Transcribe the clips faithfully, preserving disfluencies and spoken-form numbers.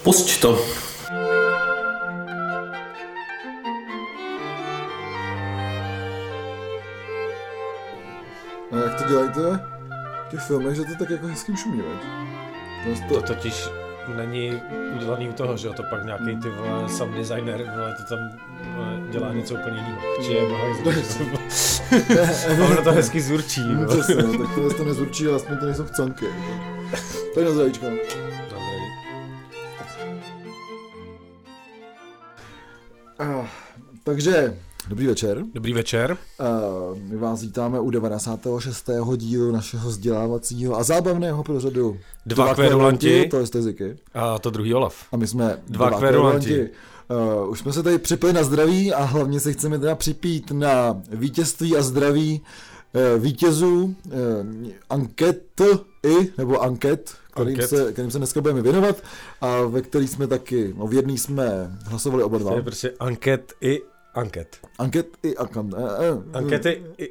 Pusť to. A jak to dělají to v těch filmech, že to tak jako hezkým šumí, veď? To, to totiž není udělaný u toho, že jo, to pak nějaký ty vole sound designer, vole, to tam vole, dělá něco úplně jiného. Čiže je ono to hezky zurčí. No, přesně, no, tak to to nezurčí, ale aspoň to nejsou chcánky. Tak na zdravíčko. Ah, takže, dobrý večer. Dobrý večer. Uh, my vás vítáme u devadesátého šestého dílu našeho vzdělávacího a zábavného pořadu Dva, dva kverulanti. To je Steziky. A to druhý Olaf. A my jsme Dva, dva kverulanti. Uh, už jsme se tady připili na zdraví a hlavně se chceme teda připít na vítězství a zdraví uh, vítězů uh, anket i, nebo anket, kterým se, kterým se dneska budeme věnovat a ve který jsme taky, no v jedný jsme hlasovali oba dva. To je prostě anket i anket. Anket i anket. Ankety i...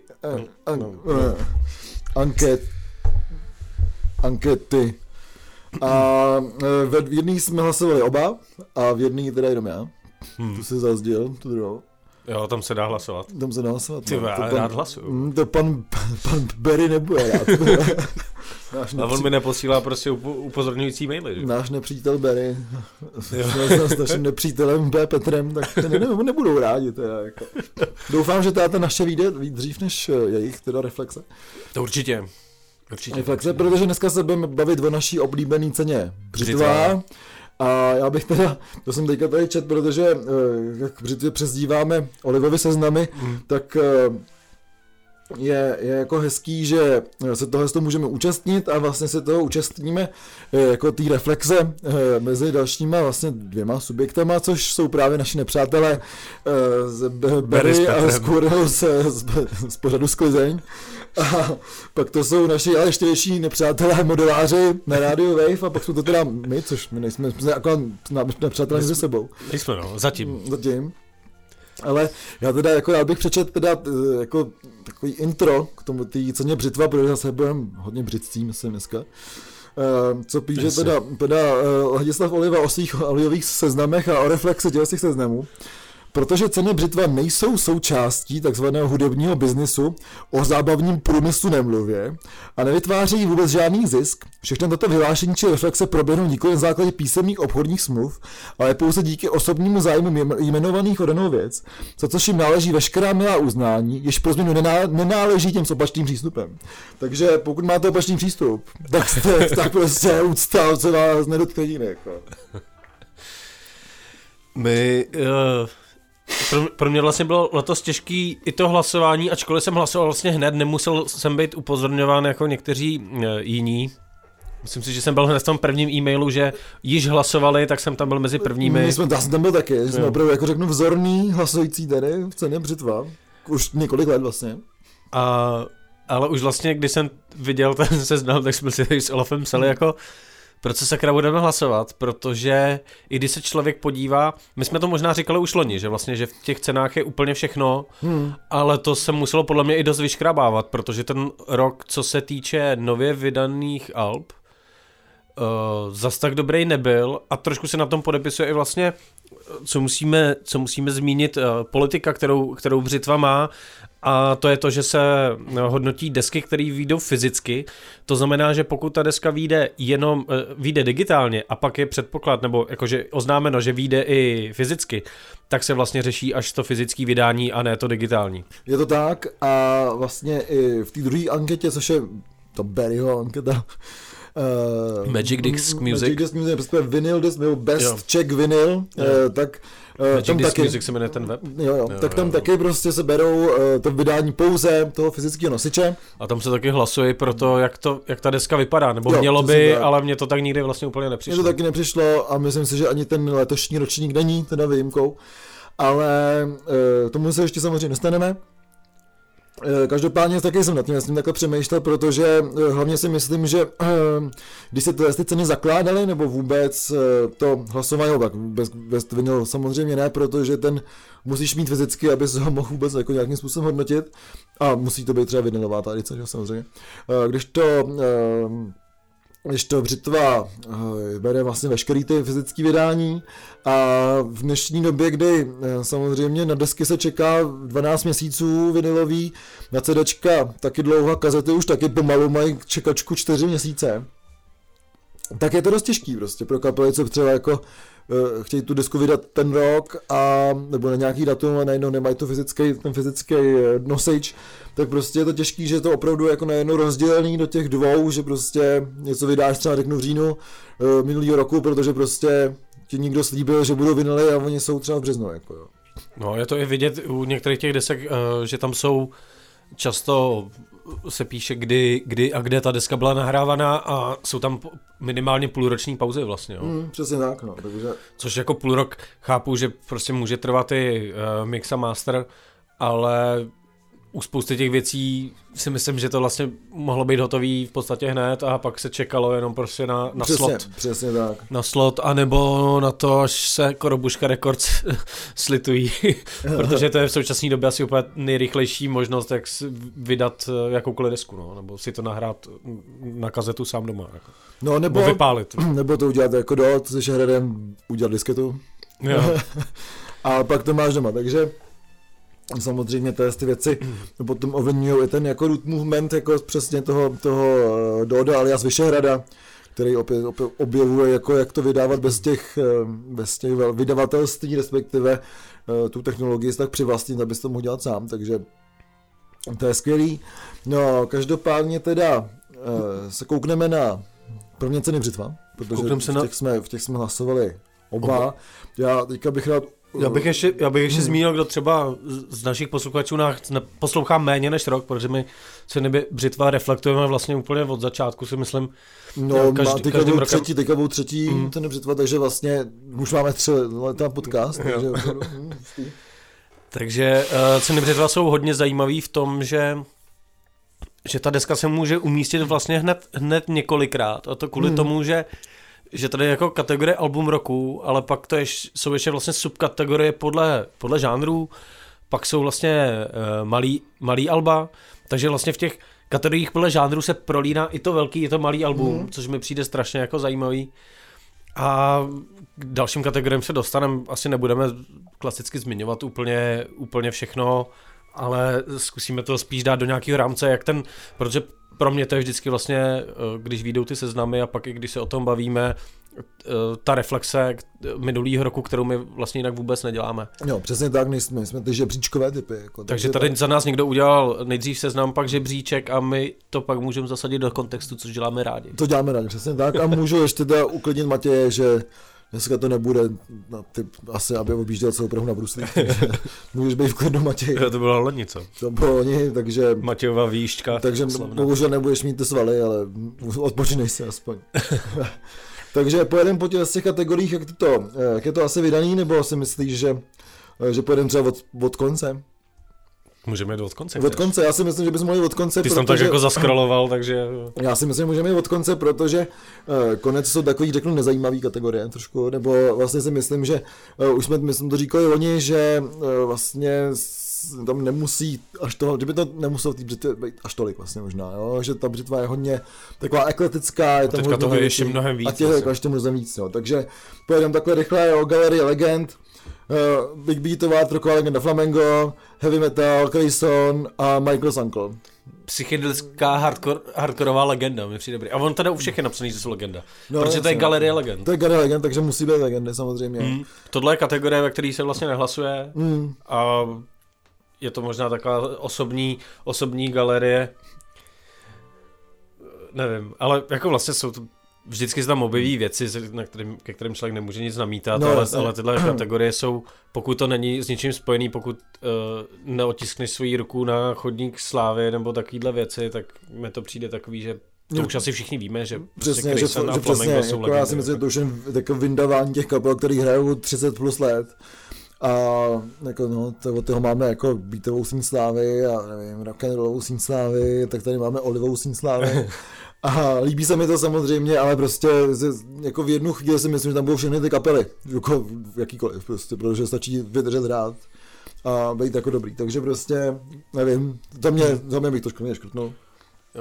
Anket. Ankety. A v jedný jsme hlasovali oba a v jedný teda jenom já. Hmm. Tu si zazděl, tu druhou. Jo, tam se dá hlasovat. Tam se dá hlasovat. Ty no. Já rád hlasuju. To pan, pan Berry nebude rád. Náš nepří... A on mi neposílá prostě upozorňující maily. Že? Náš nepřítel Berry s naším nepřítelem B. Petrem, tak ne, ne, nebudou rádi. Teda, jako. Doufám, že ta naše vyjde dřív než jejich teda reflexe. To určitě. určitě reflexe, určitě. Protože dneska se budeme bavit o naší oblíbené ceně Břitva. A já bych teda, to jsem teďka tady čet, protože jak v Břitvě přezdíváme Olivovy seznamy, mm. tak je, je jako hezký, že se tohle toho můžeme účastnit a vlastně se toho účastníme jako té reflexe mezi dalšíma vlastně dvěma subjektama, což jsou právě naši nepřátelé z Berry a z Kurel z, z, z pořadu Sklizeň. A pak to jsou naši ale ještě větší nepřátelé modeláři na rádiu Wave a pak jsou to teda my, což my nejsme, jsme jako nepřátelé mezi sebou. Nejsme no, zatím. Zatím. Ale já teda jako já bych přečet teda jako takový intro k tomu té ceně Břitva, protože zase budeme hodně břitcím myslím dneska. Uh, co píše teda, teda uh, Ladislav Oliva o svých olivových seznamech a o reflexi těch seznamů. Protože ceny Břitva nejsou součástí takzvaného hudebního biznisu, o zábavním průmyslu nemluvě a nevytvářejí vůbec žádný zisk, všechno toto vyhlášení či reflexe proběhnou nikoli na základě písemných obchodních smluv, ale pouze díky osobnímu zájmu jmenovaných o danou věc, za což jim náleží veškerá milá uznání, jež pro změnu nená, nenáleží těm s opačným přístupem. Takže pokud máte opačný přístup, tak, jste, tak prostě úcta se vás nedotkne jinak. My... Uh... Pro, pro mě vlastně bylo letos těžký i to hlasování, ačkoliv jsem hlasoval vlastně hned, nemusel jsem být upozorňován jako někteří e, jiní. Myslím si, že jsem byl hned v tom prvním e-mailu, že již hlasovali, tak jsem tam byl mezi prvními. My jsme, já jsem tam byl taky, že jsme opravdu jako řeknu vzorný hlasující tady v ceně Břitva, už několik let vlastně. A, ale už vlastně, když jsem viděl ten seznam, tak jsme si tady s Olafem psali jako... Proč se sakra budeme hlasovat, protože i když se člověk podívá, my jsme to možná říkali už loni, že vlastně, že v těch cenách je úplně všechno, hmm. ale to se muselo podle mě i dost vyškrabávat, protože ten rok, co se týče nově vydaných alb, uh, zas tak dobrý nebyl a trošku se na tom podepisuje i vlastně, co musíme, co musíme zmínit, uh, politika, kterou, kterou Břitva má. A to je to, že se hodnotí desky, které vyjdou fyzicky. To znamená, že pokud ta deska vyjde jenom vyjde digitálně a pak je předpoklad, nebo jakože oznámeno, že vyjde i fyzicky, tak se vlastně řeší až to fyzické vydání a ne to digitální. Je to tak a vlastně i v té druhé anketě, což je to Berryho anketa, Uh, Magic Disc Music, Magic Disc Music, prostě vinyl disc, nebo Best jo. Czech Vinyl, uh, tak uh, Magic tam Disc taky, Music se jmenuje ten web. Jo, jo, jo tak tam jo. taky prostě se berou uh, to vydání pouze toho fyzického nosiče. A tam se taky hlasuje pro to, jak, to, jak ta deska vypadá, nebo jo, mělo by, tak. Ale mně to tak nikdy vlastně úplně nepřišlo. Mně to taky nepřišlo a myslím si, že ani ten letošní ročník není teda výjimkou, ale uh, tomu se ještě samozřejmě dostaneme. Každopádně taky jsem nad tím, jsem takhle přemýšlel, protože hlavně si myslím, že když se ty ceny zakládaly, nebo vůbec to hlasování, tak bez, bez vinyl samozřejmě ne, protože ten musíš mít fyzicky, abys ho mohl vůbec jako nějakým způsobem hodnotit a musí to být třeba vinylová ta edice, samozřejmě. Když to když to Břitva bere vlastně veškerý ty fyzické vydání a v dnešní době, kdy samozřejmě na desky se čeká dvanáct měsíců vinylový, na CDčka taky dlouho, kazety už taky pomalu mají čekačku čtyři měsíce, tak je to dost těžký prostě pro kapely, co třeba jako uh, chtějí tu desku vydat ten rok a nebo na nějaký datum a najednou nemají to fyzický, ten fyzický nosič, tak prostě je to těžký, že je to opravdu jako najednou rozdělený do těch dvou, že prostě něco vydáš třeba řeknu v říjnu uh, minulýho roku, protože prostě ti někdo slíbil, že budou vinily a oni jsou třeba v březnu. Jako, jo. No je to i vidět u některých těch desek, uh, že tam jsou často se píše, kdy, kdy a kde ta deska byla nahrávaná a jsou tam minimálně půlroční pauzy vlastně. Jo. Mm, přesně tak, no. Takže... Což jako půl rok chápu, že prostě může trvat i uh, mix a master, ale u spousty těch věcí si myslím, že to vlastně mohlo být hotový v podstatě hned a pak se čekalo jenom prostě na, na přesně, slot. Přesně tak. Na slot, anebo na to, až se Korobuška Records slitují, protože to je v současné době asi úplně nejrychlejší možnost, jak vydat jakoukoliv desku, no, nebo si to nahrát na kazetu sám doma. Jako. No, nebo, nebo vypálit. Nebo to udělat jako dot se Šehradem, udělat disketu. Jo. A pak to máš doma, takže samozřejmě to ty věci potom ovlivňují i ten jako root movement jako přesně toho, toho Doda alias Vyšehrada, který opět, opět objevuje jako jak to vydávat bez těch, bez těch vydavatelství, respektive tu technologii tak přivlastnit, abys to mohl dělat sám, takže to je skvělý. No, každopádně teda se koukneme na první ceny Břitva, protože v těch, na... jsme, v těch jsme hlasovali oba. oba. Já teďka bych rád Já bych ještě, já bych ještě hmm. zmínil, kdo třeba z našich posluchačů poslouchá méně než rok, protože my ceny Břitva reflektujeme vlastně úplně od začátku, si myslím. No, každý, teďka byl rokem... třetí, teďka byl třetí hmm. ceny Břitva, takže vlastně už máme tři leta podcast. Takže, takže uh, ceny Břitva jsou hodně zajímavý v tom, že že ta deska se může umístit vlastně hned, hned několikrát a to kvůli hmm. tomu, že že tady je jako kategorie album roku, ale pak to je, jsou ještě vlastně subkategorie podle, podle žánrů, pak jsou vlastně uh, malý, malý alba, takže vlastně v těch kategoriích podle žánrů se prolíná i to velký, i to malý album, mm. což mi přijde strašně jako zajímavý. A k dalším kategoriím se dostaneme, asi nebudeme klasicky zmiňovat úplně, úplně všechno, ale zkusíme to spíš dát do nějakého rámce, jak ten, protože pro mě to je vždycky vlastně, když vyjdou ty seznamy a pak i když se o tom bavíme, ta reflexe minulýho roku, kterou my vlastně jinak vůbec neděláme. Jo, přesně tak, nejsme, jsme ty žebříčkové typy. Jako, takže tady tak... za nás někdo udělal nejdřív seznam, pak žebříček a my to pak můžeme zasadit do kontextu, což děláme rádi. To děláme rádi, přesně tak a můžu ještě teda uklidnit Matěje, že dneska to nebude na typ, asi, aby objížděl celou Prahu na bruslích, takže můžeš být v klidu, Matěj. Jo, to bylo loni, co? To bylo loni, takže... Matějova výšťka. Takže bohužel nebudeš mít ty svaly, ale odpočinej si aspoň. Takže pojedeme po těch, těch kategoriích, jak, to, jak je to asi vydaný, nebo si myslíš, že, že pojedeme třeba od, od konce? Můžeme jít od konce. Od konce, já si myslím, že bychom mohli od konce. Ty jsi tam tak jako zaskroloval, takže... Já si myslím, že můžeme jít od konce, protože uh, konec jsou takový, řeknu, nezajímavý kategorie trošku, nebo vlastně si myslím, že uh, už jsme, myslím, to říkali oni, že uh, vlastně tam nemusí až to, kdyby to nemuselo v té Břitvě být až tolik vlastně možná, jo? Že ta Břitva je hodně taková ekletická, je tam teďka toho je ještě mnohem víc. A těch je ještě mnohem víc, jo. Takže pojedeme takhle rychle, jo, Galerie legend, uh, Big Beatová, trocková legenda Flamengo, Heavy Metal, Clayson a Michael's Uncle. Psychedelická hardcore, hardcoreová legenda, mi přijde dobrý. A on tady u všech je napsaný, že jsou legenda. No, protože to je Galerie legend. To je Galerie legend, takže musí být legendy samozřejmě. Mm. Tohle je kategorie, ve které se vlastně nehlasuje. Mm. A je to možná taková osobní, osobní galerie. Nevím, ale jako vlastně jsou to, vždycky se tam objeví věci, na kterým, ke kterým člověk nemůže nic namítat, no, ale, ale tyhle kategorie jsou, pokud to není s ničím spojený, pokud uh, neotiskneš svou ruku na chodník slávy nebo takovýhle věci, tak mi to přijde takový, že to už asi všichni víme, že přesně, prostě že, že přesně, jsou jako já si myslím, že to už je takové vyndavání těch kapel, který hrajou třicet plus let. A jako no, to, od toho máme jako beatovou síň slávy a nevím, rock'n'rollovou síň slávy, tak tady máme olivovou síň slávy. A líbí se mi to samozřejmě, ale prostě jako v jednu chvíli si myslím, že tam budou všechny ty kapely, jako jakýkoliv prostě, protože stačí vydržet hrát a být jako dobrý. Takže prostě, nevím, za mě, za mě bych to škrtnul. Jo.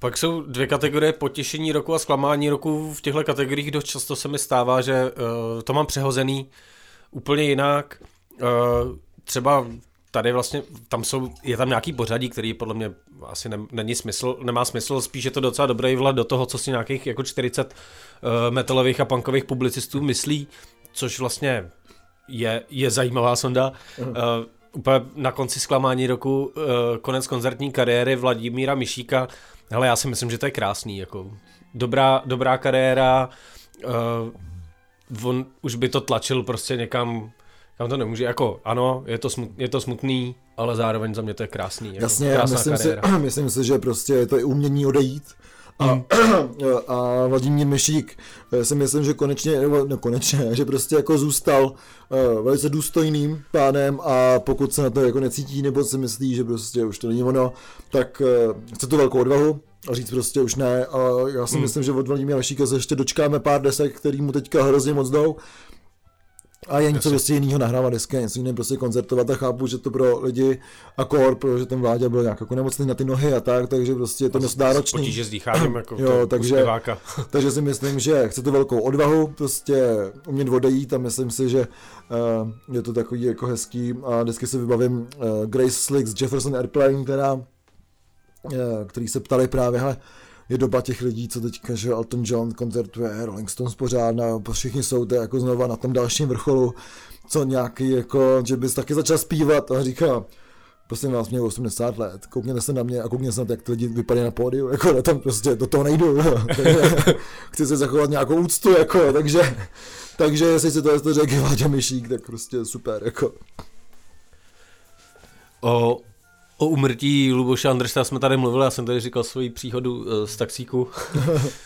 Pak jsou dvě kategorie potěšení roku a zklamání roku. V těchto kategoriích dost často se mi stává, že uh, to mám přehozený úplně jinak. Uh, třeba tady vlastně, tam jsou, je tam nějaký pořadí, který podle mě asi ne, není smysl, nemá smysl, spíš je to docela dobrý vhled do toho, co si nějakých jako čtyřicet uh, metalových a punkových publicistů myslí, což vlastně je, je zajímavá sonda. Uh, úplně na konci zklamání roku, uh, konec koncertní kariéry Vladimíra Mišíka. Hele, já si myslím, že to je krásný, jako dobrá, dobrá kariéra, uh, on už by to tlačil prostě někam, kam to nemůže, jako ano, je to, smut, je to smutný, ale zároveň za mě to je krásný. Jako, jasně, já myslím si, myslím si, že prostě je to i umění odejít. A, mm. a Vladimír Mišík si myslím, že konečně, no konečně, že prostě jako zůstal uh, velice důstojným pánem a pokud se na to jako necítí nebo si myslí, že prostě už to není ono, tak uh, chce tu velkou odvahu a říct prostě už ne a já si mm. myslím, že od Vladimíra Mišíka se ještě dočkáme pár desek, který mu teďka hrozně moc jdou. A je něco prostě jiného nahrávat desky, něco jiného prostě koncertovat a chápu, že to pro lidi a kor, protože ten Vláďa byl nějak jako nemocný na ty nohy a tak, takže prostě je to dost náročný. Potíže s dýcháním jako jo, takže, takže si myslím, že chce tu velkou odvahu, prostě umět odejít a myslím si, že uh, je to takový jako hezký a vždycky si vybavím uh, Grace Slicks Jefferson Airplane, která, uh, který se ptali právě, hele, je doba těch lidí, co teďka, že Elton John koncertuje, Rolling Stones pořádná, všichni jsou to jako znova na tom dalším vrcholu, co nějaký jako, že bys taky začal zpívat a říká, prosím vás, mě osmdesát let, koukněte se na mě a koukněte se na to, jak ty lidi vypadají na pódiu, jako na tom prostě do toho nejdu, takže chci se zachovat nějakou úctu, jako, takže, takže jestli si to je to řekl Vláďa Mišík, tak prostě super, jako. O... O úmrtí Luboše Andršta jsme tady mluvili, já jsem tady říkal svoji příhodu uh, z taxíku, uh,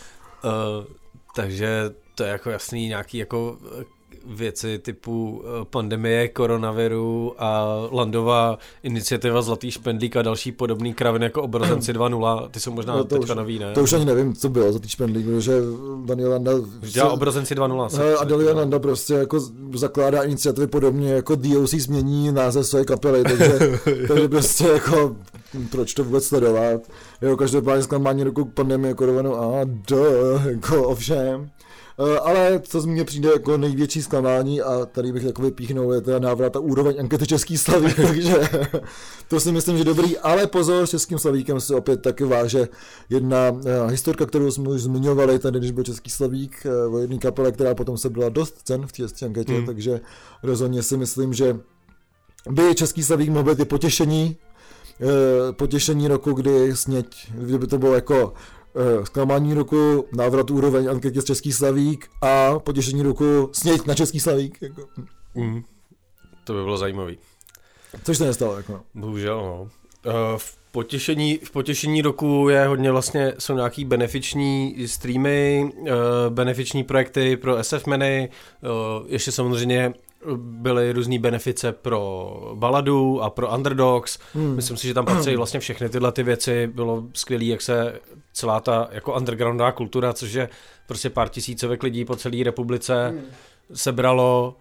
takže to je jako jasný nějaký jako věci typu pandemie, koronaviru a Landová iniciativa Zlatý špendlík a další podobný kraviny jako Obrozenci dva nula, ty jsou možná no teďka už, nový, ne? To už ani nevím, co bylo Zlatý špendlík, protože Daniel Landa... Dělá Obrozenci dva nula. A Daniel Landa prostě jako zakládá iniciativy podobně, jako D O C změní název své kapely, takže, takže prostě jako proč to vůbec sledovat? Jo, každopádně zklamání roku pandemie, koronaviru a do, jako ovšem. Ale co z mě přijde jako největší zklamání a tady bych jako vypíchnul, je teda návrat a úroveň ankety Český Slavík, takže to si myslím, že dobrý, ale pozor, s Českým Slavíkem se opět taky váže jedna historka, kterou jsme už zmiňovali tady, když byl Český Slavík, o jedné kapele, která potom se byla dost cen v té anketě, hmm. takže rozhodně si myslím, že by Český Slavík mohl být i potěšení, potěšení roku, kdy sněď, kdyby to bylo jako zklamání roku, návrat úroveň anketě z Český Slavík a potěšení roku sněď na Český Slavík. Jako. Mm. To by bylo zajímavý. Což se nestalo. Jako. Bohužel, no. V potěšení, v potěšení roku je hodně vlastně, jsou nějaký benefiční streamy, benefiční projekty pro S F Meny, ještě samozřejmě byly různý benefice pro Baladu a pro Underdogs. Hmm. Myslím si, že tam patří vlastně všechny tyhle ty věci. Bylo skvělý, jak se celá ta jako undergroundová kultura, což je prostě pár tisícovek lidí po celé republice hmm. sebralo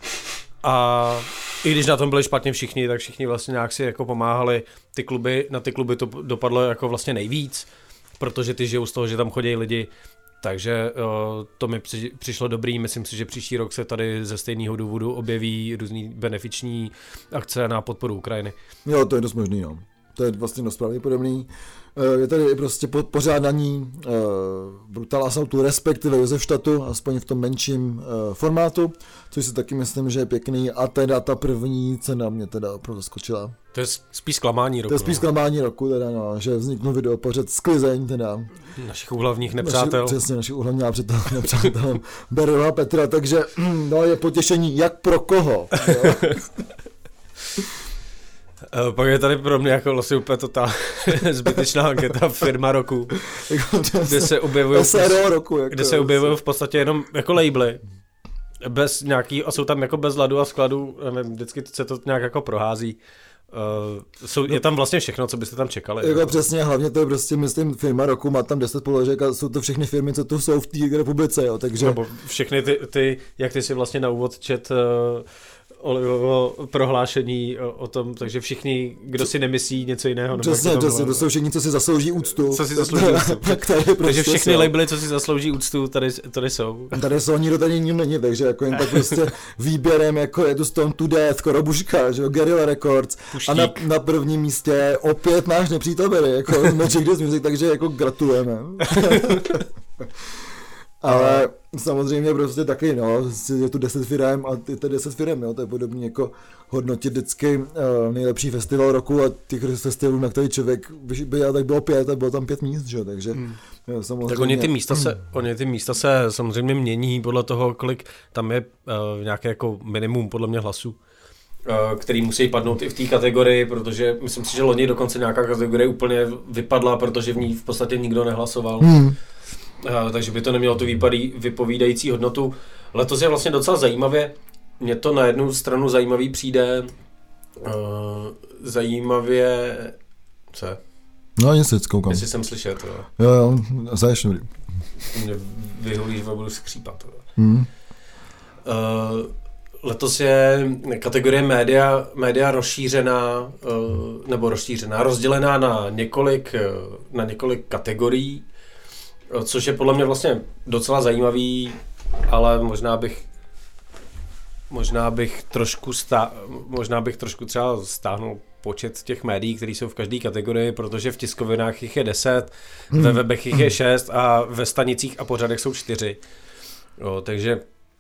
a i když na tom byli špatně všichni, tak všichni vlastně nějak si jako pomáhali. Ty kluby, na ty kluby to dopadlo jako vlastně nejvíc, protože ty žijou z toho, že tam chodí lidi. Takže uh, to mi při, přišlo dobrý, myslím si, že příští rok se tady ze stejného důvodu objeví různý benefiční akce na podporu Ukrajiny. Jo, to je dost možný, no. To je vlastně dost pravděpodobný. Uh, je tady prostě po, pořádání uh, Brutal Assaultu, respektive Josefštatu, aspoň v tom menším uh, formátu, což si taky myslím, že je pěkný. A teda ta první cena mě teda opravdu zaskočila. To je spíš zklamání roku. To je spíš zklamání roku, teda, no, že vzniknul video pořad Sklizeň, teda. Našich úhlavních nepřátel. Naši, přesně, našich úhlavních nepřátel Berla Petra, takže no, je potěšení jak pro koho. Pak je tady pro mě jako vlastně úplně totál zbytečná anketa firma roku, kde se objevují roku, jako kde se objevují v podstatě jenom jako labely. Bez nějaký, a jsou tam jako bez ladu a skladu, nevím, vždycky se to nějak jako prohází. Uh, jsou, je tam vlastně všechno, co byste tam čekali. Jako přesně, hlavně to je prostě, myslím, firma roku, má tam deset položek a jsou to všechny firmy, co tu jsou v té republice, jo, takže... Nebo všechny ty, ty, jak ty si vlastně na úvod čet uh, Olivovo prohlášení o, o tom, takže všichni, kdo si nemyslí něco jiného. Přesně, přesně, to jsou všichni, co si zaslouží úctu. Co si zaslouží úctu. Prostě takže všechny jsou. Labely, co si zaslouží úctu, tady, tady jsou. Tady jsou, nikdo tady nikdo není, takže jako jen tak prostě výběrem, jako je tu Stone to Death, Korobuška, že jo, Guerrilla Records. Puštík. A na, na prvním místě opět náš nepřítel Berry, jako Magic Disc Music, takže jako gratulujeme. Ale samozřejmě prostě taky, no, je tu deset firem a je to deset firem, jo, to je podobný jako hodnotit vždycky uh, nejlepší festival roku a těch festivalů, na který člověk byl, tak bylo pět a bylo tam pět míst, že jo, takže hmm. jo, samozřejmě. Tak oni ty místa se, oni ty místa se samozřejmě mění podle toho, kolik tam je uh, nějaké jako minimum podle mě hlasů, uh, který musí padnout i v té kategorii, protože myslím si, že loni dokonce nějaká kategorie úplně vypadla, protože v ní v podstatě nikdo nehlasoval. Hmm. Uh, takže by to nemělo tu výpadí, vypovídající hodnotu. Letos je vlastně docela zajímavě, mně to na jednu stranu zajímavý přijde, uh, zajímavě, co je? No nic, teď koukám. Jestli jsem slyšet. Jo, jo, jo zaješ dobrý. Mě vyholí, že budu skřípat. Hmm. Uh, letos je kategorie média, média rozšířená, uh, nebo rozšířená, rozdělená na několik, uh, na několik kategorií, což je podle mě vlastně docela zajímavý, ale možná bych možná bych trošku stá, možná bych trošku třeba stáhnul počet těch médií, které jsou v každé kategorii, protože v tiskovinách jich je deset, hmm. ve webech jich je šest a ve stanicích a pořadech jsou čtyři. Jo, takže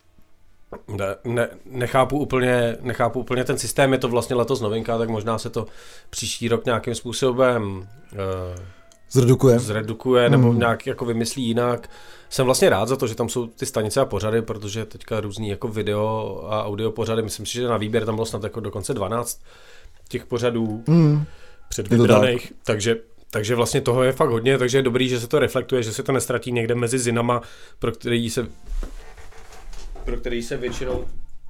ne, ne, nechápu, úplně, nechápu úplně ten systém, je to vlastně letos novinka, tak možná se to příští rok nějakým způsobem uh, Zredukuje. Zredukuje nebo hmm. nějak jako vymyslí jinak. Jsem vlastně rád za to, že tam jsou ty stanice a pořady, protože teďka různý jako video a audio pořady, myslím si, že na výběr tam bylo snad jako dokonce dvanáct těch pořadů hmm. předvybraných, tak. takže, takže vlastně toho je fakt hodně, takže je dobrý, že se to reflektuje, že se to nestratí někde mezi zinama, pro který se pro který se většinou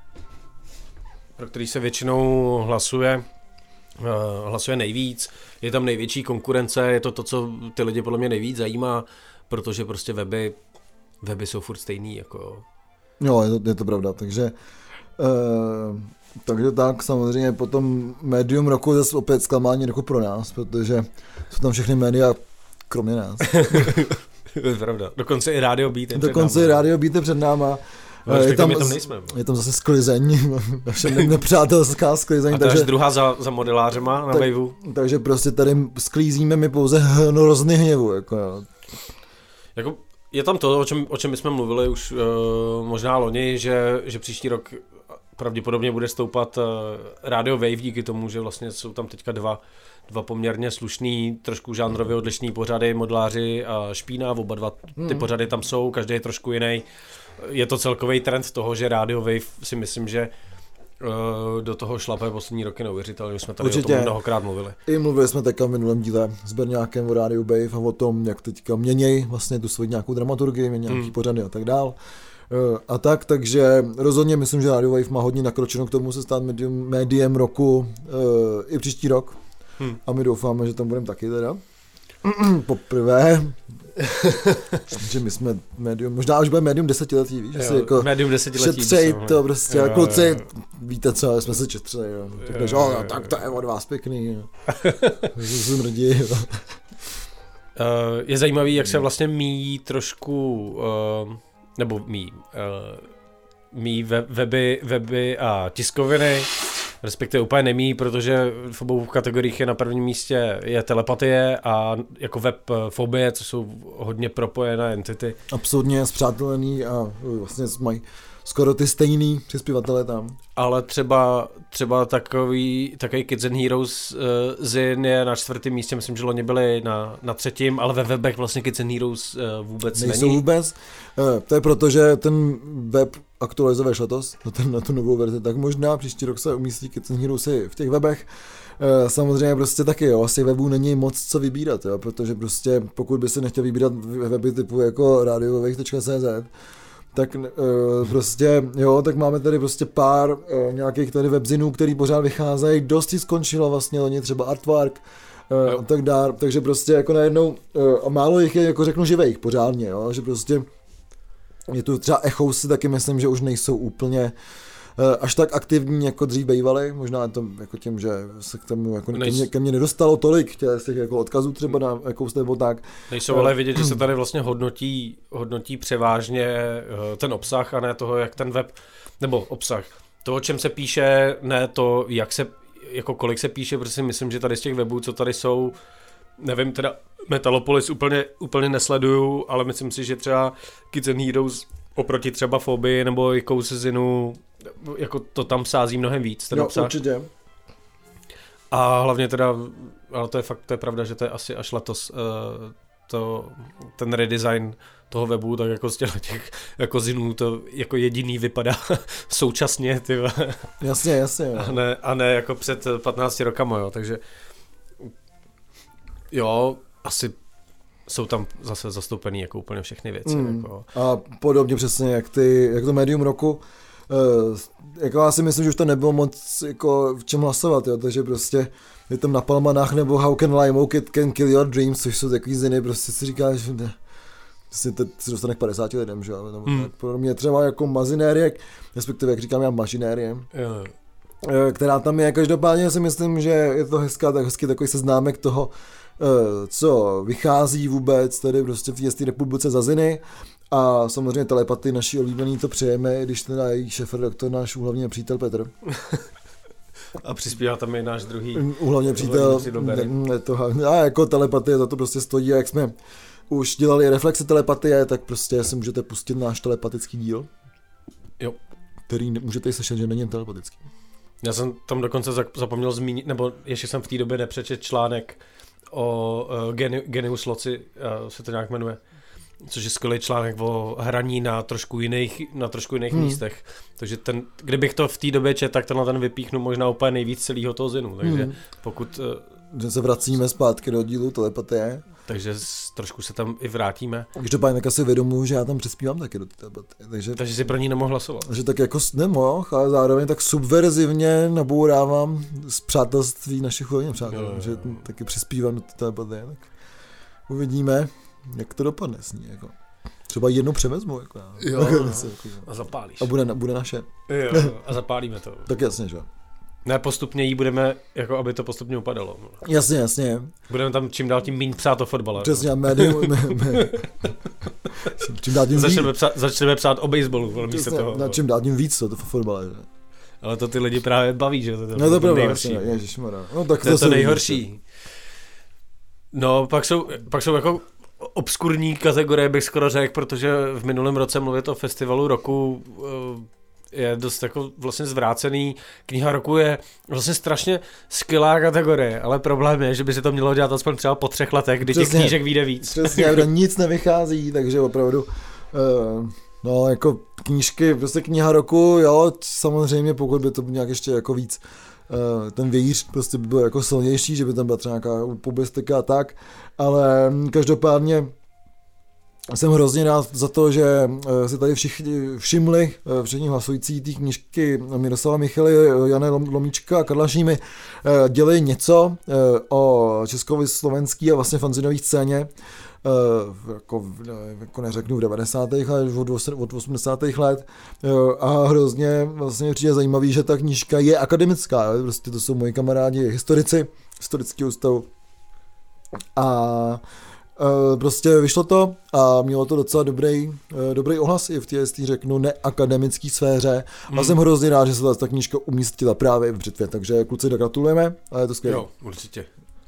pro který se většinou hlasuje Uh, hlasuje nejvíc, je tam největší konkurence, je to to, co ty lidi podle mě nejvíc zajímá, protože prostě weby, weby jsou furt stejný, jako jo. je to, je to pravda, takže uh, takže tak, samozřejmě potom médium roku zase opět zklamání roku pro nás, protože jsou tam všechny média, kromě nás. To je pravda, dokonce i Rádio Beat je Dokonce i Rádio Beat je před náma. No, je, tam, tam nejsme, je tam zase sklizeň, naše nepřátelská sklizeň. A to takže, druhá za, za modelářema na tak, Waveu. Takže prostě tady sklízíme my pouze hrozný hněvu. Jako, jako, je tam to, o čem, o čem my jsme mluvili už uh, možná loni, že, že příští rok pravděpodobně bude stoupat uh, Radio Wave díky tomu, že vlastně jsou tam teďka dva, dva poměrně slušný, trošku žánrově odlišný pořady, modeláři a Špína, oba dva ty hmm. pořady tam jsou, každý je trošku jiný. Je to celkový trend toho, že Radio Wave si myslím, že uh, do toho šlape poslední roky neuvěřitelně. My jsme tady určitě o tom mnohokrát mluvili. I mluvili jsme teďka v minulém díle s Berňákem o Radio Wave a o tom, jak teďka měněj vlastně tu svoji nějakou dramaturgii, mění nějaký hmm. pořady a tak dál. Uh, a tak, takže rozhodně myslím, že Radio Wave má hodně nakročeno k tomu se stát médium, médiem roku uh, i příští rok. Hmm. A my doufáme, že tam budeme taky teda. Poprvé. Že my jsme médium, možná už bude médium desetiletí, víš, jo, jako médium desetiletí. Šetřej to prostě, jo, kluci, jo, jo. Víte co, jsme se četřili, jo. Řekneš, jo, jo, tak to je od vás pěkný, jo. Zmrdí, jo. Uh, je zajímavý, jak se vlastně míjí trošku, uh, nebo míjí, uh, míjí weby, weby a tiskoviny, respektive úplně nemí, protože v obou kategoriích je na prvním místě je telepatie a jako web fobie, co jsou hodně propojené entity. Absolutně spřátelený a vlastně mají skoro ty stejný přispěvatele tam. Ale třeba, třeba takový, takový Kids and Heroes uh, Zin je na čtvrtém místě, myslím, že loni byli na, na třetím, ale ve webech vlastně Kids and Heroes uh, vůbec nejsou není. vůbec. Uh, to je proto, že ten web aktualizuješ letos na, ten, na tu novou verzi, tak možná příští rok se umístí Kids and Heroes v těch webech. Uh, samozřejmě prostě taky, jo, asi webů není moc co vybírat, jo, protože prostě pokud by si nechtěl vybírat weby typu jako radiovek tečka cé zet, tak uh, prostě, jo, tak máme tady prostě pár uh, nějakých tady webzinů, který pořád vycházejí, dosti skončilo vlastně loni třeba Artwork, uh, a tak dále, takže prostě jako najednou, uh, a málo jich je, jako řeknu, živejch pořádně, jo, že prostě je tu třeba Echoesy, taky myslím, že už nejsou úplně až tak aktivní, jako dřív bývaly, možná to jako tím, že se k tomu jako ke, mně, ke mně nedostalo tolik těch jako odkazů třeba na Echoes nebo tak. Nejsou ale vidět, že se tady vlastně hodnotí, hodnotí převážně ten obsah a ne toho, jak ten web, nebo obsah, to, o čem se píše, ne to, jak se, jako kolik se píše, protože si myslím, že tady z těch webů, co tady jsou, nevím, teda Metalopolis úplně, úplně nesleduju, ale myslím si, že třeba Kids and Heroes oproti třeba Fobii nebo Kousezinu, jako to tam sází mnohem víc, ten jo, obsah. Určitě. A hlavně teda, ale to je fakt, to je pravda, že to je asi až letos uh, to, ten redesign toho webu, tak jako z těch, těch jako zinů to jako jediný vypadá současně, ty. Jasně, jasně. Jo. A, ne, a ne jako před patnácti rokama, jo, takže jo, asi jsou tam zase zastoupený jako úplně všechny věci. Mm. Jako. A podobně přesně jak, ty, jak to médium roku, uh, jako já si myslím, že už to nebylo moc jako v čem hlasovat, jo, takže prostě je tam Na Palmanách nebo How Can Lime It Can Kill Your Dreams, což jsou takový ziny, prostě si říkáš, že ne, prostě to se dostane k padesáti lidem, že jo, nebo mm. tak. Pro mě třeba jako Mazinérie, respektive jak říkám já Mažinérie, jo. která tam je, každopádně si myslím, že je to hezká, tak hezký takový seznámek toho, co vychází vůbec tady prostě v té republice za ziny a samozřejmě telepaty naši oblíbený to přejeme, když teda její šéfredaktor, náš úhlavní přítel Petr. A přispívá tam i náš druhý úhlavní přítel, ne, to, a jako telepatie za to prostě stojí, a jak jsme už dělali reflexe telepatie, tak prostě si můžete pustit náš telepatický díl, jo. který můžete i slyšet, že není telepatický. Já jsem tam dokonce zapomněl zmínit, nebo ještě jsem v té době nepřečet článek o uh, Geni- Genius Loci, uh, se to nějak jmenuje, což je skvělý článek o hraní na trošku jiných, na trošku jiných hmm. místech. Takže ten, kdybych to v té době čet, tak tenhle ten vypíchnu možná úplně nejvíc celého toho zinu. Takže hmm. pokud... Uh, že se vracíme zpátky do dílu telepatie. Takže trošku se tam i vrátíme. Každopádně tak asi vědomuji, že já tam přispívám taky do té debaty. Takže, takže si pro ní nemohl hlasovat. Takže tak jako nemohl, ale zároveň tak subverzivně nabourávám z přátelství našich hodně přátel, že taky přispívám do té debaty. Tak uvidíme, jak to dopadne s ní. Jako. Třeba jednou převezmu. Jako, jo, jako, a zapálíš. A bude, bude naše. Jo, a zapálíme to. Tak jasně, že? Ne, postupně jí budeme, jako aby to postupně upadalo. Jasně, jasně. Budeme tam čím dál tím méně psát o fotbale. Přesně, a médium. čím dál tím začneme psát, začneme psát o baseballu, místo toho. Na čím dál tím víc to, to fotbale. Že? Ale to ty lidi právě baví, že? To, to, no to, to nejhorší. Ježišmarja. No, tak to, to je to nejhorší. No, pak jsou, pak jsou jako obskurní kategorie, bych skoro řekl, protože v minulém roce mluvit o festivalu roku je dost jako vlastně zvrácený. Kniha roku je vlastně strašně skvělá kategorie, ale problém je, že by se to mělo dělat aspoň třeba po třech letech, kdy těch knížek vyjde víc. Přesně, nic nevychází, takže opravdu uh, no jako knížky, prostě kniha roku, jo, samozřejmě pokud by to bylo nějak ještě jako víc uh, ten vějíř prostě by byl jako silnější, že by tam byla třeba nějaká publicita a tak, ale každopádně jsem hrozně rád za to, že si tady všichni všimli, všichni hlasující té knížky Miroslava Michaly, Jana Lomíčka a Karla Šímy dělají něco o československý a vlastně fanzinové scéně, jako, jako neřeknu v devadesátých let, od osmdesátých let a hrozně vlastně přijde zajímavý, že ta knížka je akademická, prostě to jsou moji kamarádi historici, historického ústavu a Uh, prostě vyšlo to a mělo to docela dobrý, uh, dobrý ohlas i v té, jestli řeknu, neakademické sféře hmm. a jsem hrozně rád, že se ta knížka umístila právě v břitvě, takže kluci gratulujeme a je to skvělé. Jo, určitě.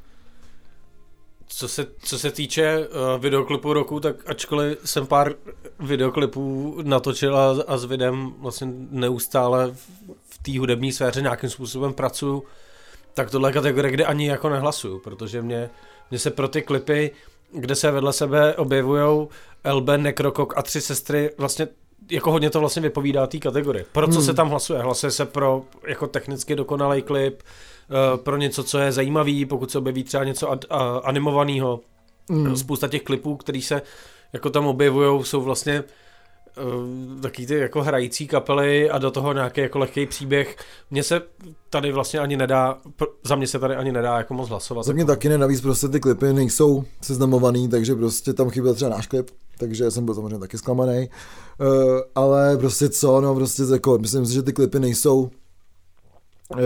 Co se, co se týče uh, videoklipu roku, tak ačkoliv jsem pár videoklipů natočil a, a s videem vlastně neustále v, v té hudební sféře nějakým způsobem pracuju, tak tohle je kategorie, kde ani jako nehlasuju, protože mě, mě se pro ty klipy, kde se vedle sebe objevujou Elben, Nekrokok a Tři sestry, vlastně jako hodně to vlastně vypovídá té kategorii. Pro co hmm. se tam hlasuje? Hlasuje se pro jako technicky dokonalý klip, uh, pro něco, co je zajímavý, pokud se objeví třeba něco ad, uh, animovaného. Hmm. Spousta těch klipů, který se jako tam objevujou, jsou vlastně uh, taky ty jako hrající kapely a do toho nějaký jako lehký příběh. Mně se tady vlastně ani nedá, za mě se tady ani nedá jako moc hlasovat. Za mě jako. taky ne, navíc prostě ty klipy nejsou seznamovaný, takže prostě tam chyběl třeba náš klip, takže jsem byl samozřejmě taky zklamaný. Uh, ale prostě co, no prostě jako, myslím si, že ty klipy nejsou uh,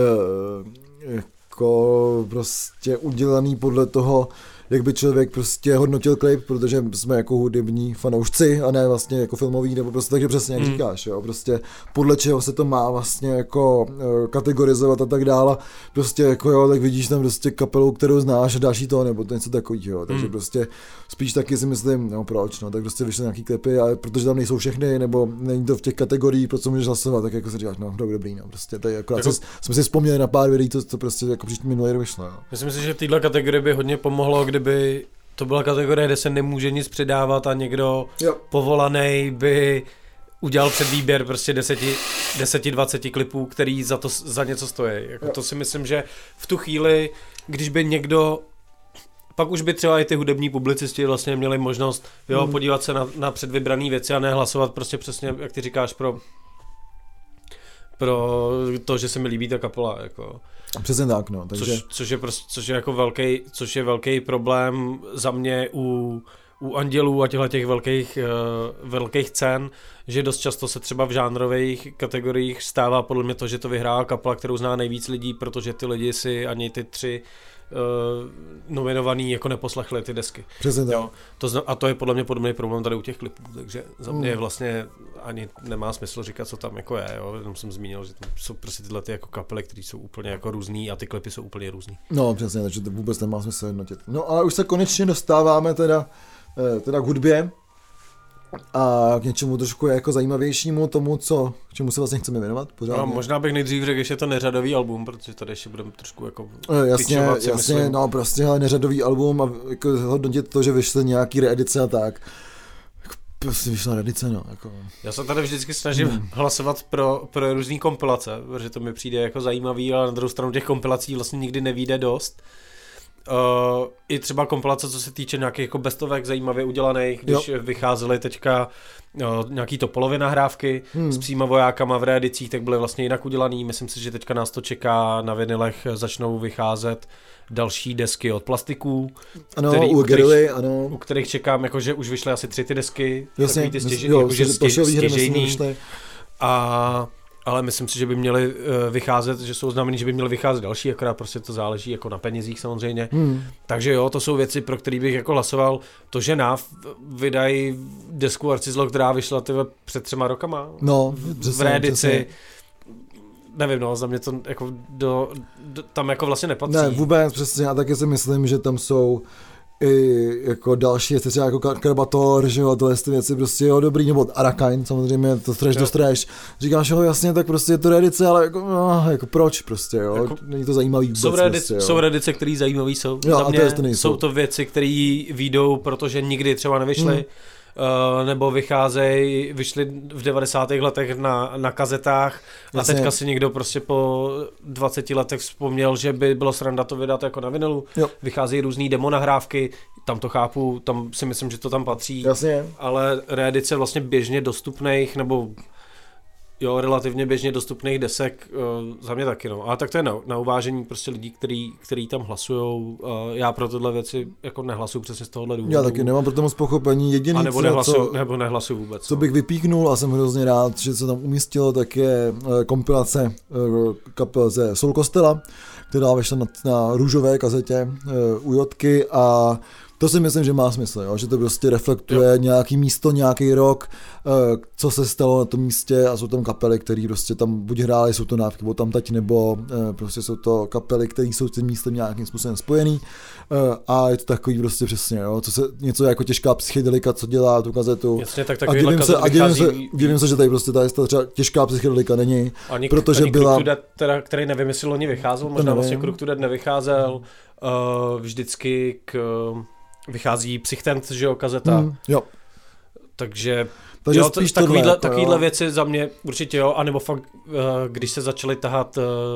jako prostě udělaný podle toho, jak by člověk prostě hodnotil klip, protože jsme jako hudební fanoušci a ne vlastně jako filmový, nebo prostě takže přesně jak mm. říkáš, jo, prostě podle čeho se to má vlastně jako uh, kategorizovat a tak dále, prostě jako jo, tak vidíš tam prostě kapelu, kterou znáš a dáš jí to, nebo to něco takového, takže mm. prostě spíš taky si myslím, no proč, no, tak prostě vyšly nějaký klipy, ale protože tam nejsou všechny, nebo není to v těch kategoriích, pro co můžeš hlasovat, tak jako si říkáš, no, dobrý, no, prostě tady akorát jako... jsme si vzpomněli na pár videí, to, to prostě jako příští minulý vyšlo, jo. Myslím si, že v této kategorii by hodně pomohlo, kdyby to byla kategorie, kde se nemůže nic přidávat a někdo jo. povolanej by udělal předvýběr prostě deset dvacet klipů, který za, to, za něco stojí. Jako to si myslím, že v tu chvíli, když by někdo, pak už by třeba i ty hudební publicisti vlastně měli možnost jo, hmm. podívat se na, na předvybrané věci a ne hlasovat prostě přesně, jak ty říkáš, pro pro to, že se mi líbí ta kapela, jako. Přesně tak, no, takže... Což, což je prostě, což je jako velký, což je velký problém za mě u, u Andělů a těchto těch velkých, uh, velkých cen, že dost často se třeba v žánrových kategoriích stává podle mě to, že to vyhrává kapela, kterou zná nejvíc lidí, protože ty lidi si ani ty tři Uh, nominovaný jako neposlechli ty desky. Přesně tak. Jo, to zna- a to je podle mě podobný problém tady u těch klipů, takže za mě mm. vlastně ani nemá smysl říkat, co tam jako je, jo, jenom jsem zmínil, že tam jsou prostě tyhle ty jako kapely, které jsou úplně jako různý a ty klipy jsou úplně různý. No přesně, takže to vůbec nemá smysl hodnotit. No ale už se konečně dostáváme teda, teda k hudbě a k něčemu trošku jako zajímavějšímu, tomu, co, k čemu se vlastně chceme věnovat pořád. No, možná bych nejdřív řekl, že je to neřadový album, protože tady ještě budeme trošku jako jasně, jasně, myslím. No prostě, ale neřadový album a jako hodnotit to, že vyšly nějaký reedice a tak. Prostě vyšla reedice, no. Jako. Já se tady vždycky snažím hmm. hlasovat pro, pro různý kompilace, protože to mi přijde jako zajímavý, ale na druhou stranu těch kompilací vlastně nikdy nevyjde dost. Uh, i třeba kompilace, co se týče nějakých jako bestovek zajímavě udělaných, když jo. vycházely teďka uh, nějaký Topolovy nahrávky hmm. s přímo vojákama v reedicích, tak byly vlastně jinak udělaný. Myslím si, že teďka nás to čeká, na vinylech začnou vycházet další desky od Plastiků, ano, který, u, u, kterých, ano. u kterých čekám, jakože už vyšly asi tři ty desky, jasně, takový ty stěži, jo, jakože stěž, stěžejný a ale myslím si, že by měly vycházet, že jsou znamený, že by měly vycházet další, akorát prostě to záleží jako na penězích samozřejmě. Hmm. Takže jo, to jsou věci, pro které bych jako hlasoval. To, že N A F vydají desku Arcizlo, která vyšla tyhle před třema rokama no, v, v reedici. Nevím, no, za mě to jako do, do, tam jako vlastně nepatří. Ne, vůbec, přesně, a taky si myslím, že tam jsou i jako další věci, třeba jako Karbator, že jo, tohle ty věci prostě jo, dobrý, nebo Arakain, samozřejmě, to trash do trash. Říkáš, jo, jasně, tak prostě je to reedice, ale jako, no, jako proč prostě, jo, jako, není to zajímavý vůbec. Jsou reedice, prostě, jsou reedice, které zajímavý jsou. Jo, za mě to jsou to věci, které vyjdou, protože nikdy třeba nevyšly. Hmm. Uh, nebo vycházejí, vyšly v devadesátých letech na, na kazetách a Jasně. teďka si někdo prostě po dvaceti letech vzpomněl, že by bylo sranda to vydat jako na vinylu. Jo. Vycházejí různý demo nahrávky, tam to chápu, tam si myslím, že to tam patří. Jasně. Ale reedice vlastně běžně dostupných, nebo jo, relativně běžně dostupných desek, uh, za mě taky, no. A tak to je na, na uvážení prostě lidí, který, který tam hlasujou. Uh, já pro tyhle věci jako nehlasuju přesně z tohohle důvodu. Já taky nemám pro to moc pochopení. Jediný, a nebo nehlasuju, co, nebo nehlasuju vůbec. Co no. bych vypíknul a jsem hrozně rád, že se tam umístilo, tak je uh, kompilace uh, kapel ze Soul Kostela, která vyšla na, na růžové kazetě uh, u Jotky a to si myslím, že má smysl, jo? Že to prostě reflektuje jo. nějaký místo, nějaký rok, co se stalo na tom místě a jsou tam kapely, které prostě tam buď hrály, jsou to návky od tamtať, nebo prostě jsou to kapely, které jsou s tím místem nějakým způsobem spojený a je to takový prostě přesně, jo? Co se, něco jako těžká psychedelika, co dělá tu kazetu. Jasně, tak a divím se, a divím se, divím se, že tady prostě tady třeba těžká psychedelika není, ani, protože ani byla... Kruk to Dead, teda, který nevím, jestli loni vycházel, možná vlastně Kruk to Dead nevycházel, uh, vždycky k... vychází Psychtent, že jo, kazeta. Mm, jo. Takže, Takže jo, spíš takovýhle, tohle, takovýhle jo. věci za mě určitě jo, anebo fakt, když se začaly tahat,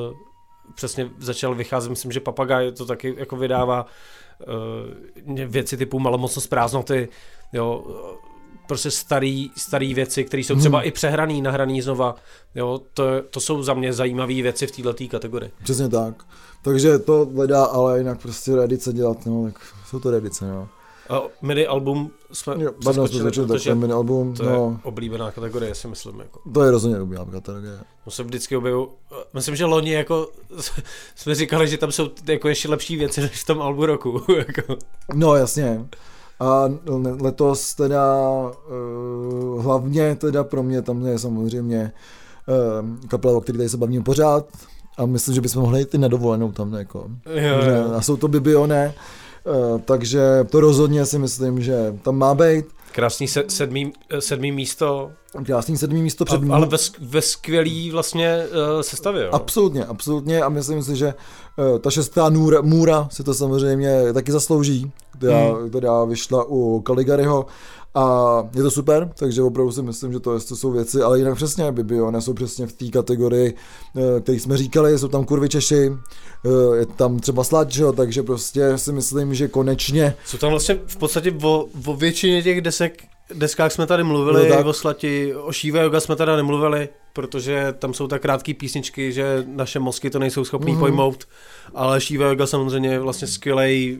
přesně začal vycházet, myslím, že Papagaj to taky jako vydává věci typu malomocnost prázdnoty, jo, prostě starý, starý věci, které jsou třeba hmm. i přehraný, nahraný znova. Jo, to, to jsou za mě zajímavé věci v této kategorii. Přesně tak. Takže to hledá, ale jinak prostě reedice dělat, no, tak jsou to reedice, no. A mini album jsme jo, přeskočili, protože mini album, to no, je oblíbená kategorie, si myslím. Jako. To je rozhodně oblíbená kategorie. To se vždycky objevu. Myslím, že loni jako jsme říkali, že tam jsou jako ještě lepší věci než v tom albu roku. Jako. No jasně. A letos teda uh, hlavně teda pro mě tam je samozřejmě uh, kapela, o který tady se bavíme pořád a myslím, že bychom mohli jít i na dovolenou tam jako. Jo, jo. A jsou to Bibione, uh, takže to rozhodně si myslím, že tam má být. Krásný se, sedmý, sedmý místo. Krásný sedmý místo před a, ale ve, ve skvělý vlastně uh, sestavě. Jo? Absolutně, absolutně a myslím si, že uh, ta šestá Můra, Můra si to samozřejmě taky zaslouží, která, hmm. která vyšla u Caligariho a je to super, takže opravdu si myslím, že to, je, to jsou věci, ale jinak přesně, Bibione jsou přesně v té kategorii, uh, který jsme říkali, jsou tam kurvy Češi, uh, je tam třeba Sludge, takže prostě si myslím, že konečně. Jsou tam vlastně v podstatě o, o většině těch desek deskách jsme tady mluvili, no, o Slati, o Shiva Yoga jsme tady nemluvili, protože tam jsou tak krátké písničky, že naše mozky to nejsou schopný mm. pojmout, ale Shiva Yoga samozřejmě je vlastně skvělej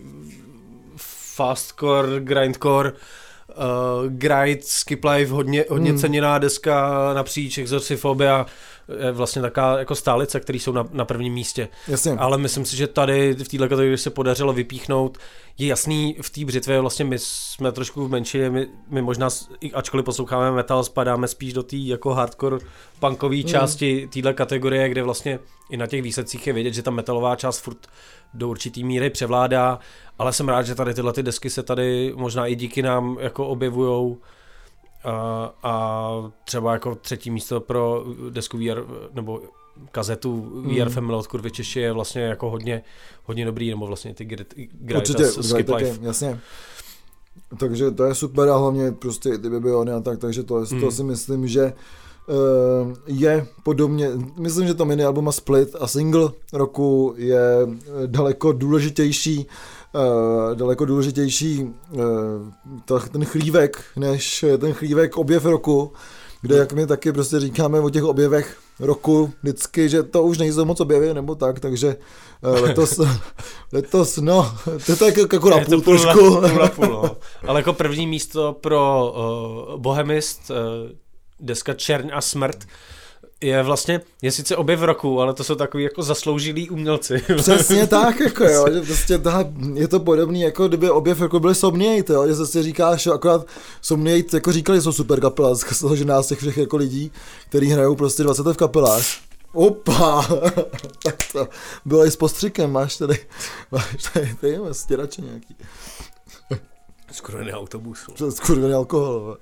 fastcore, grindcore, uh, grind, skip life, hodně, hodně mm. ceněná deska napříč, Exorciphobia, je vlastně taková jako stálice, který jsou na, na prvním místě. Jasně. Ale myslím si, že tady v této kategorii se podařilo vypíchnout. Je jasný, v té břitvě vlastně my jsme trošku v menšině, my, my možná, ačkoliv posloucháme metal, spadáme spíš do té jako hardcore punkové části mm. téhle kategorie, kde vlastně i na těch výsledcích je vidět, že ta metalová část furt do určitý míry převládá, ale jsem rád, že tady tyhle ty desky se tady možná i díky nám jako objevujou. A, a třeba jako třetí místo pro desku V R, nebo kazetu V R mm. Family od Kurvy Češi je vlastně jako hodně, hodně dobrý, nebo vlastně ty Grajta Skip Life. Jasně. Takže to je super a hlavně prostě ty Bibione a tak, takže to, mm. to si myslím, že uh, je podobně, myslím, že to mini album a Split a single roku je daleko důležitější Uh, daleko důležitější uh, to, ten chlívek, než ten chlívek objev roku, kde jak my taky prostě říkáme o těch objevech roku vždycky, že to už nejsou moc objevy nebo tak, takže uh, letos, letos, no, to je jako, jako na půl trošku. Půl na půl, no. Ale jako první místo pro uh, Bohemist, uh, deska Čerň a smrt, je vlastně, je sice objev roku, ale to jsou takový jako zasloužilí umělci. Přesně tak, jako jo, že prostě ta, je to podobný, jako kdyby objev jako byly Somniate, jo, že zase říkáš, že akorát Somniate, jako říkali, jsou super kapela, složená z těch všech jako lidí, který hrajou prostě dvacet v kapelách. Opa, tak to bylo i s postřikem, máš tady, máš tady, tady stěrače nějaký. Skurvený autobus. Skurvený alkohol.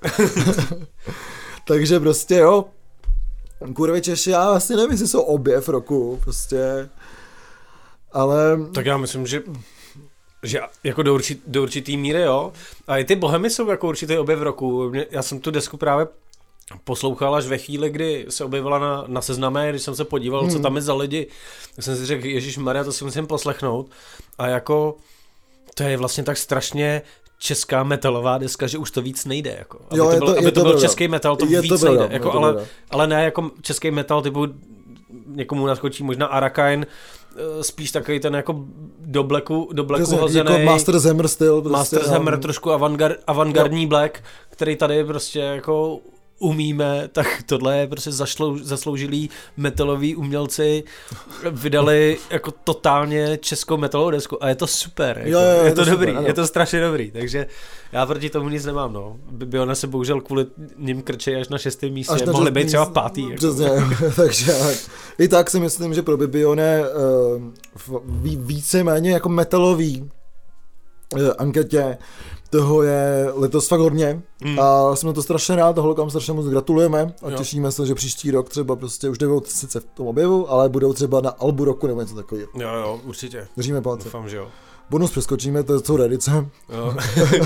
Takže prostě jo, Kurvy Češi, já asi nevím, jestli jsou objev roku, prostě, ale... Tak já myslím, že, že jako do, určit, do určitý míry, jo, a i ty Bohemy jsou jako určitý objev roku, já jsem tu desku právě poslouchal až ve chvíli, kdy se objevila na, na sezname, když jsem se podíval, hmm. co tam je za lidi, tak jsem si řekl, ježišmarja, to si musím poslechnout, a jako, to je vlastně tak strašně česká metalová deska, že už to víc nejde, jako. Aby jo, to, byl, to, aby to, to byl pravda. Český metal, to je víc to pravda, nejde, jako, ale, ale ne jako český metal typu někomu naskočí možná Arakain, spíš takový ten jako do blacku, do blacku Přesně, hozený. Jako Masters Hammer styl. Prostě, Masters Hammer, trošku avantgard, avantgardní jo. black, který tady prostě jako umíme, tak tohle je prostě zašlou, zasloužilí metaloví umělci, vydali jako totálně českou metalovou desku a je to super, jako, jo, jo, je, je to, to dobrý, super, je to strašně dobrý, takže já proti tomu nic nemám, no. Bibione se bohužel kvůli ním krčej až na šestém místě, mohli být třeba v pátý. Jako. Přesně, takže i tak si myslím, že pro Bibione uh, víceméně jako metalový uh, anketě toho je letos fakt hodně mm. a jsem na to strašně rád, holkám strašně moc gratulujeme a jo. těšíme se, že příští rok třeba prostě už nebudou sice v tom objevu, ale budou třeba na albu roku nebo něco takového. Jo, jo, určitě. Držíme palce. Doufám, že jo. Bonus přeskočíme, to jsou reedice. Jo.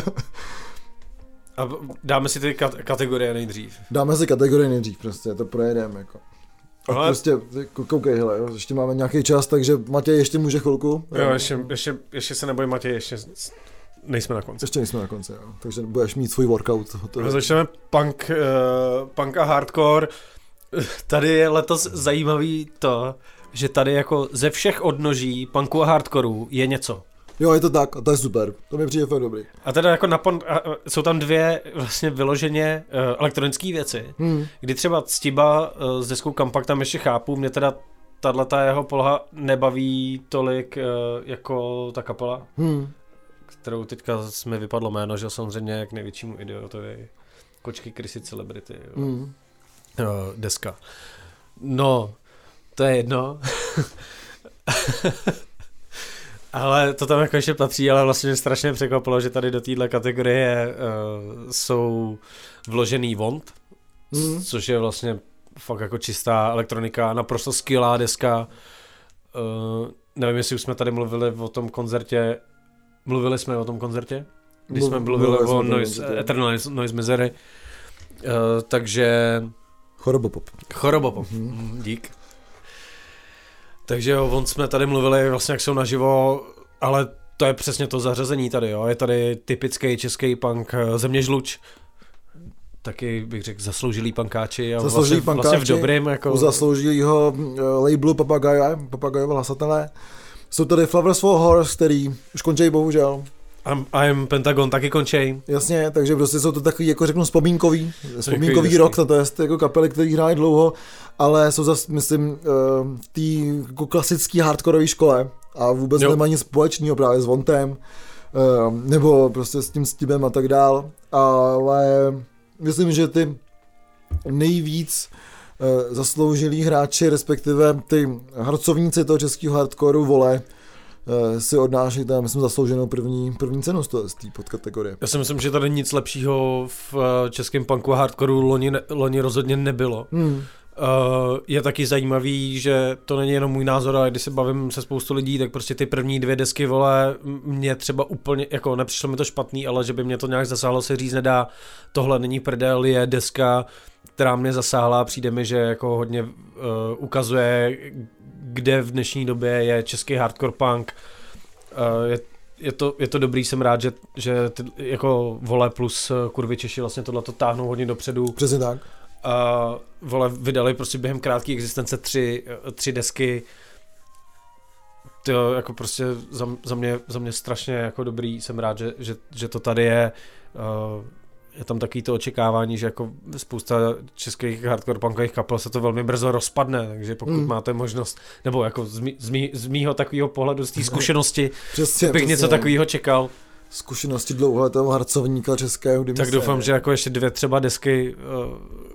A dáme si ty kat- kategorie nejdřív. Dáme si kategorie nejdřív, prostě, to projedeme jako. A ale... prostě, koukej, hele, jo, ještě máme nějaký čas, takže Matěj ještě může chvilku. Jo, ještě, ještě, ještě se neboj, Matěj, ještě nejsme na konci. Ještě nejsme na konci, jo. Takže budeš mít svůj workout. No, začneme punk, uh, punk a hardcore. Tady je letos zajímavý to, že tady jako ze všech odnoží punku a hardcoreu je něco. Jo, je to tak, a to je super, to mi přijde fakt dobrý. A teda jako na pon- a, jsou tam dvě vlastně vyloženě uh, elektronické věci, hmm. kdy třeba Ctiba uh, s deskou Compact tam ještě chápu, mě teda tato jeho poloha nebaví tolik uh, jako ta kapela, hmm. kterou teďka mi vypadlo jméno, že samozřejmě jak největšímu idiotovi Kočky Krysy Celebrity, hmm. uh, deska. No, to je jedno. Ale to tam jako ještě patří, ale vlastně mě strašně překvapilo, že tady do téhle kategorie uh, jsou vložený Vont, mm. což je vlastně fakt jako čistá elektronika, naprosto skvělá deska. Uh, nevím, jestli už jsme tady mluvili o tom koncertě, mluvili jsme o tom koncertě, když Mluv, jsme mluvili, mluvili o noise, Eternal Noise Misery, uh, takže... Chorobopop. Chorobopop, mm-hmm. dík. Takže jo, on jsme tady mluvili vlastně, jak jsou naživo, ale to je přesně to zařazení tady, jo. Je tady typický český punk Země žluč, taky bych řekl zasloužilý punkáči a zasloužilý vlastně, punkáči, vlastně v dobrým jako... U zasloužilýho labelu Papagaje, Papagajové hlasatelé. Jsou tady Flowers for Horse, který už končí bohužel. A I'm Pentagon taky končej. Jako takže prostě jsou to takový, jako řeknu, vzpomínkový, vzpomínkový rok, no to je jako kapely, který hrají dlouho, ale jsou zase, myslím, v té jako klasické hardcoreové škole a vůbec jo. nemají nic společného právě s Vontem, nebo prostě s tím Stibem a tak dál, ale myslím, že ty nejvíc zasloužilí hráči, respektive ty harcovníci toho českého hardcoreu, vole, si odnáší tam, myslím, zaslouženou první, první cenu z té podkategorie. Já si myslím, že tady nic lepšího v českém punku a hardcoreu loni, loni rozhodně nebylo. Hmm. Uh, je taky zajímavý, že to není jenom můj názor, ale když se bavím se spoustu lidí, tak prostě ty první dvě desky, vole, mě třeba úplně, jako nepřišlo mi to špatný, ale že by mě to nějak zasáhlo, se říct nedá. Tohle není prdel, je deska, která mě zasáhla, přijde mi, že jako hodně uh, ukazuje, kde v dnešní době je český hardcore punk. Uh, je, je, to, je to dobrý, jsem rád, že, že ty, jako Vole plus Kurvy Češi vlastně tohleto táhnou hodně dopředu. Přesně tak. A uh, Vole vydali prostě během krátké existence tři, tři desky. To jako prostě za, za, mě, za mě strašně jako dobrý, jsem rád, že, že, že to tady je. Uh, je tam taky to očekávání, že jako spousta českých hardcore punkových kapel se to velmi brzo rozpadne, takže pokud mm. máte možnost, nebo jako z, mý, z, mý, z mýho takového pohledu, z té zkušenosti, přesně, bych přesně. něco takového čekal. Zkušenosti dlouholetého harcovníka českého hudby. Tak doufám, že jako ještě dvě třeba desky uh,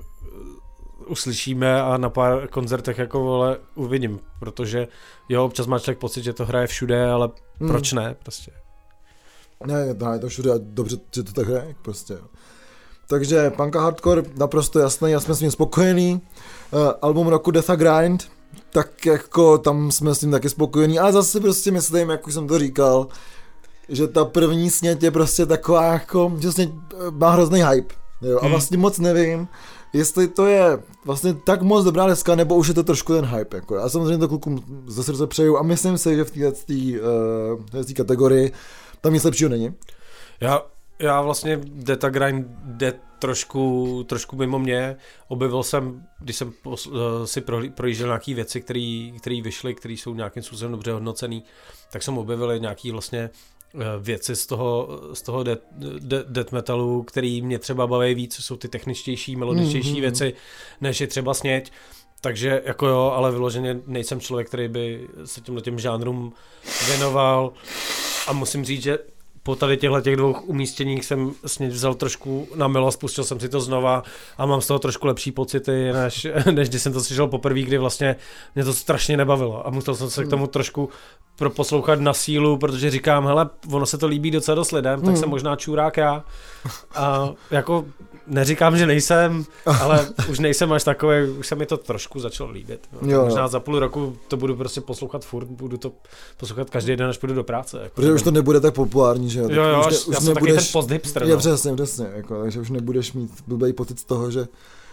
uslyšíme a na pár koncertech jako vole uvidím, protože jo, občas má člověk pocit, že to hraje všude, ale mm. proč ne, prostě. Ne, je to všude a dobře, že to tak hraje, prostě. Takže punk a hardcore naprosto jasný, já jsme s ním spokojený. Uh, album roku Death a Grind, tak jako tam jsme s tím taky spokojení, ale zase prostě myslím, jak už jsem to říkal, že ta první sněť je prostě taková jako, že sněť má hrozný hype, jo, a vlastně moc nevím, jestli to je vlastně tak moc dobrá deska, nebo už je to trošku ten hype, jako. Já samozřejmě to klukům ze srdce přeju a myslím si, že v této uh, kategorii tam nic lepšího není. Já, já vlastně Death a Grind jde trošku, trošku mimo mě. Objevil jsem, když jsem pos, uh, si projížděl nějaké věci, které vyšly, které jsou nějakým způsobem dobře hodnocený, tak jsem objevil nějaké vlastně uh, věci z toho, z toho death, de, death metalu, který mě třeba baví víc, jsou ty techničtější, melodičtější mm-hmm. věci, než je třeba sněť. Takže jako jo, ale vyloženě nejsem člověk, který by se těmhle těm žánrům věnoval. A musím říct, že po tady těchto těch dvou umístěních jsem s ním vzal trošku na milost, pustil jsem si to znova a mám z toho trošku lepší pocity, než, než když jsem to slyšel poprvé, kdy vlastně mě to strašně nebavilo a musel jsem se k tomu trošku proposlouchat na sílu, protože říkám, hele, ono se to líbí docela dost lidem, tak jsem možná čurák já a jako neříkám, že nejsem, ale už nejsem až takový, už se mi to trošku začalo líbit. No. Možná za půl roku to budu prostě poslouchat furt, budu to poslouchat každý den, až půjdu do práce. Jako. Protože už to nebude tak populární, že jo? Jo, jo, už, ne, už já jsem nebudeš, taky ten post-hipster. No. Je přesně, přesně, jako, takže už nebudeš mít blbej pocit z toho, že